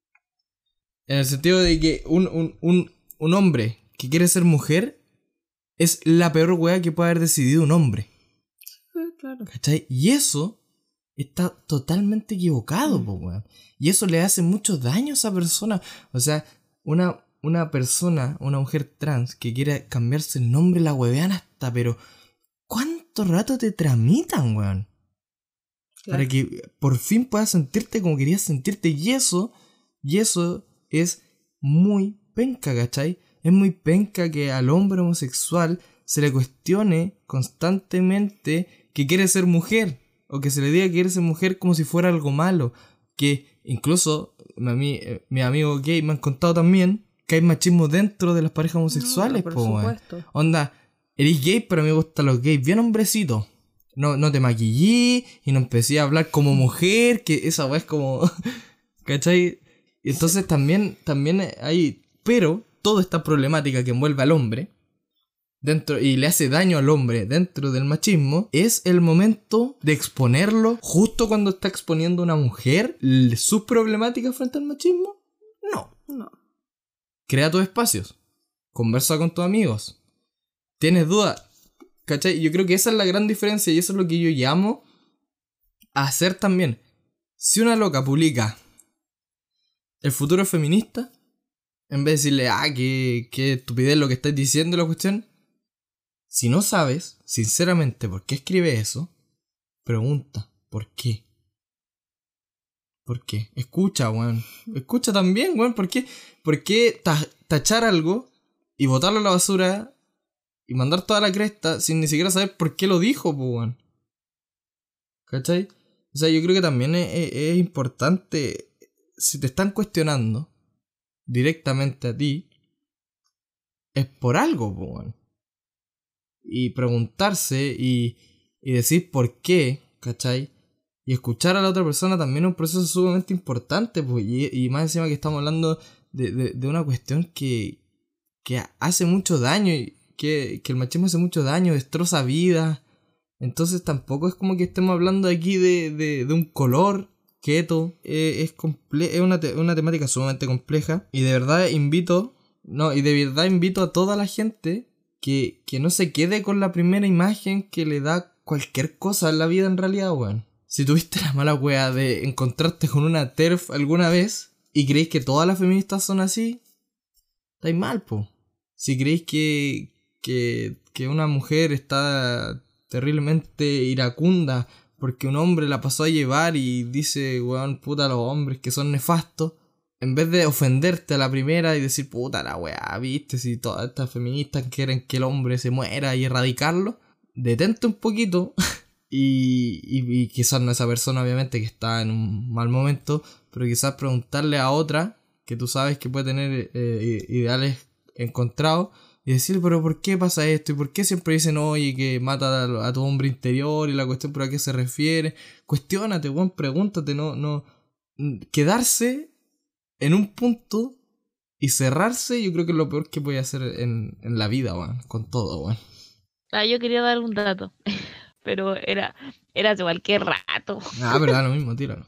En el sentido de que un hombre que quiere ser mujer es la peor wea que puede haber decidido un hombre. Claro. ¿Cachai? Y eso está totalmente equivocado, po, weón. Y eso le hace mucho daño a esa persona. O sea, una persona, una mujer trans que quiere cambiarse el nombre, la huevean hasta, pero ¿cuánto ¿cuánto rato te tramitan, weón? Claro. Para que por fin puedas sentirte como querías sentirte. Y eso es muy penca, ¿cachai? Es muy penca que al hombre homosexual se le cuestione constantemente que quiere ser mujer. O que se le diga que quiere ser mujer como si fuera algo malo. Que incluso mis amigos gay me han contado también que hay machismo dentro de las parejas homosexuales, por po, weón. supuesto. Onda, eres gay, pero a mí me gustan los gays bien hombrecitos. No te maquillí y no empecé a hablar como mujer, que esa weá es como... ¿Cachai? Y entonces también hay... Pero toda esta problemática que envuelve al hombre dentro y le hace daño al hombre dentro del machismo, es el momento de exponerlo justo cuando está exponiendo una mujer sus problemáticas frente al machismo. No. Crea tus espacios. Conversa con tus amigos. ¿Tienes dudas? ¿Cachai? Yo creo que esa es la gran diferencia y eso es lo que yo llamo a hacer también. Si una loca publica el futuro es feminista, en vez de decirle, qué estupidez lo que estás diciendo la cuestión, si no sabes, sinceramente, por qué escribe eso, pregunta, ¿por qué? ¿Por qué? Escucha, weón. Escucha también, weón. ¿Por qué tachar algo y botarlo a la basura y mandar toda la cresta sin ni siquiera saber por qué lo dijo, pues, weón? ¿Cachai? O sea, yo creo que también es importante, si te están cuestionando directamente a ti, es por algo, pues, weón. Y preguntarse y decir por qué, ¿cachai? Y escuchar a la otra persona también es un proceso sumamente importante, pues. Y más encima que estamos hablando de una cuestión que hace mucho daño, y que el machismo hace mucho daño, destroza vidas. Entonces tampoco es como que estemos hablando aquí de un color keto. Es una temática sumamente compleja. Y de verdad invito a toda la gente que no se quede con la primera imagen que le da cualquier cosa en la vida en realidad, weón. Si tuviste la mala wea de encontrarte con una TERF alguna vez y creéis que todas las feministas son así, estáis mal, po. Si creéis que una mujer está terriblemente iracunda porque un hombre la pasó a llevar y dice, weón, puta, los hombres que son nefastos, en vez de ofenderte a la primera y decir, puta la weá, viste, si todas estas feministas quieren que el hombre se muera y erradicarlo, detente un poquito y quizás no esa persona obviamente que está en un mal momento, pero quizás preguntarle a otra que tú sabes que puede tener ideales encontrados y decirle, pero ¿por qué pasa esto? ¿Y por qué siempre dicen, oye, que mata a tu hombre interior y la cuestión por a qué se refiere? Cuestiónate, weón, pregúntate, no quedarse en un punto y cerrarse, yo creo que es lo peor que puede hacer en la vida, weón, con todo, weón. Yo quería dar un dato, pero era hace cualquier rato. Pero da lo mismo, tíralo.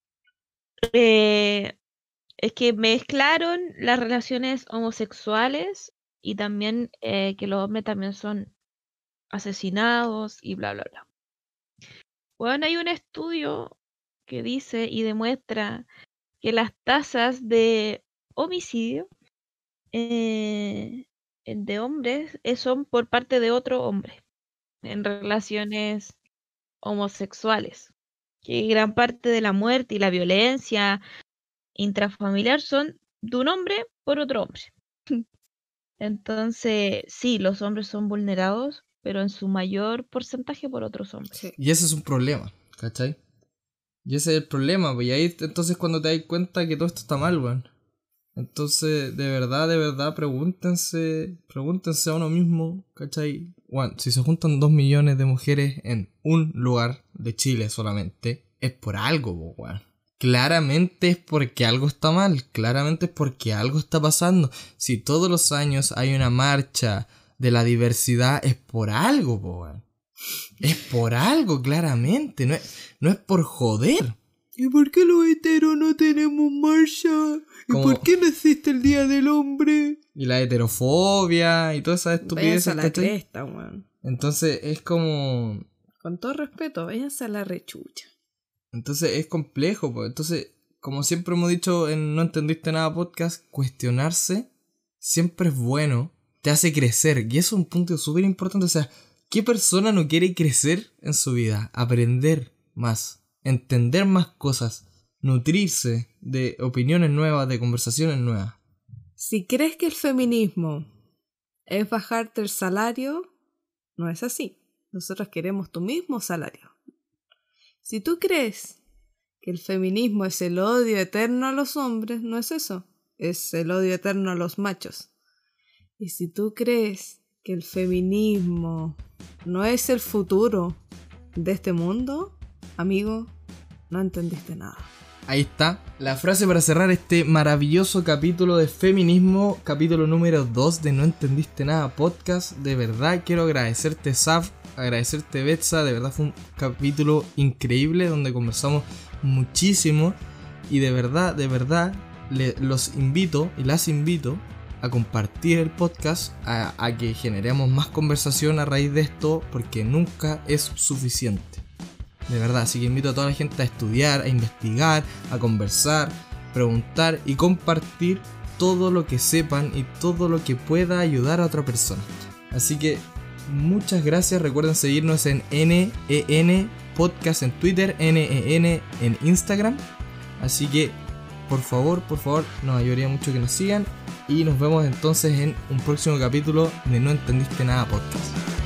Es que mezclaron las relaciones homosexuales y también que los hombres también son asesinados y bla, bla, bla. Bueno, hay un estudio que dice y demuestra que las tasas de homicidio de hombres son por parte de otro hombre en relaciones homosexuales. Que gran parte de la muerte y la violencia intrafamiliar son de un hombre por otro hombre. Entonces, sí, los hombres son vulnerados, pero en su mayor porcentaje por otros hombres. Sí. Y ese es un problema, ¿cachai? Y ese es el problema, pues, y ahí entonces cuando te das cuenta que todo esto está mal, weón. Entonces, de verdad, pregúntense a uno mismo, ¿cachai? Bueno, si se juntan 2 millones de mujeres en un lugar de Chile solamente, es por algo, weón. Claramente es porque algo está mal, claramente es porque algo está pasando. Si todos los años hay una marcha de la diversidad, es por algo, weón. Es por algo, claramente, no es por joder. ¿Y por qué los heteros no tenemos marcha? ¿Y por qué no existe el Día del Hombre? Y la heterofobia y todas esas estupideces. Váyanse a la cresta, weón. Entonces es como... Con todo respeto, váyanse a la rechucha. Entonces es complejo, pues. Entonces, como siempre hemos dicho en No Entendiste Nada Podcast, cuestionarse siempre es bueno, te hace crecer. Y eso es un punto súper importante. O sea, ¿Qué persona no quiere crecer en su vida? Aprender más, entender más cosas, nutrirse de opiniones nuevas, de conversaciones nuevas. Si crees que el feminismo es bajarte el salario, no es así. Nosotros queremos tu mismo salario. Si tú crees que el feminismo es el odio eterno a los hombres, no es eso. Es el odio eterno a los machos. Y si tú crees que el feminismo no es el futuro de este mundo, amigo, no entendiste nada. Ahí está, la frase para cerrar este maravilloso capítulo de feminismo, capítulo número 2 de No Entendiste Nada podcast. De verdad quiero agradecerte, Saf, agradecerte, Betsa, de verdad fue un capítulo increíble donde conversamos muchísimo y de verdad los invito y las invito a compartir el podcast, a que generemos más conversación a raíz de esto, porque nunca es suficiente. De verdad, así que invito a toda la gente a estudiar, a investigar, a conversar, preguntar y compartir todo lo que sepan y todo lo que pueda ayudar a otra persona. Así que muchas gracias, recuerden seguirnos en NEN Podcast en Twitter, NEN en Instagram. Así que por favor, nos ayudaría mucho que nos sigan y nos vemos entonces en un próximo capítulo de No Entendiste Nada podcast.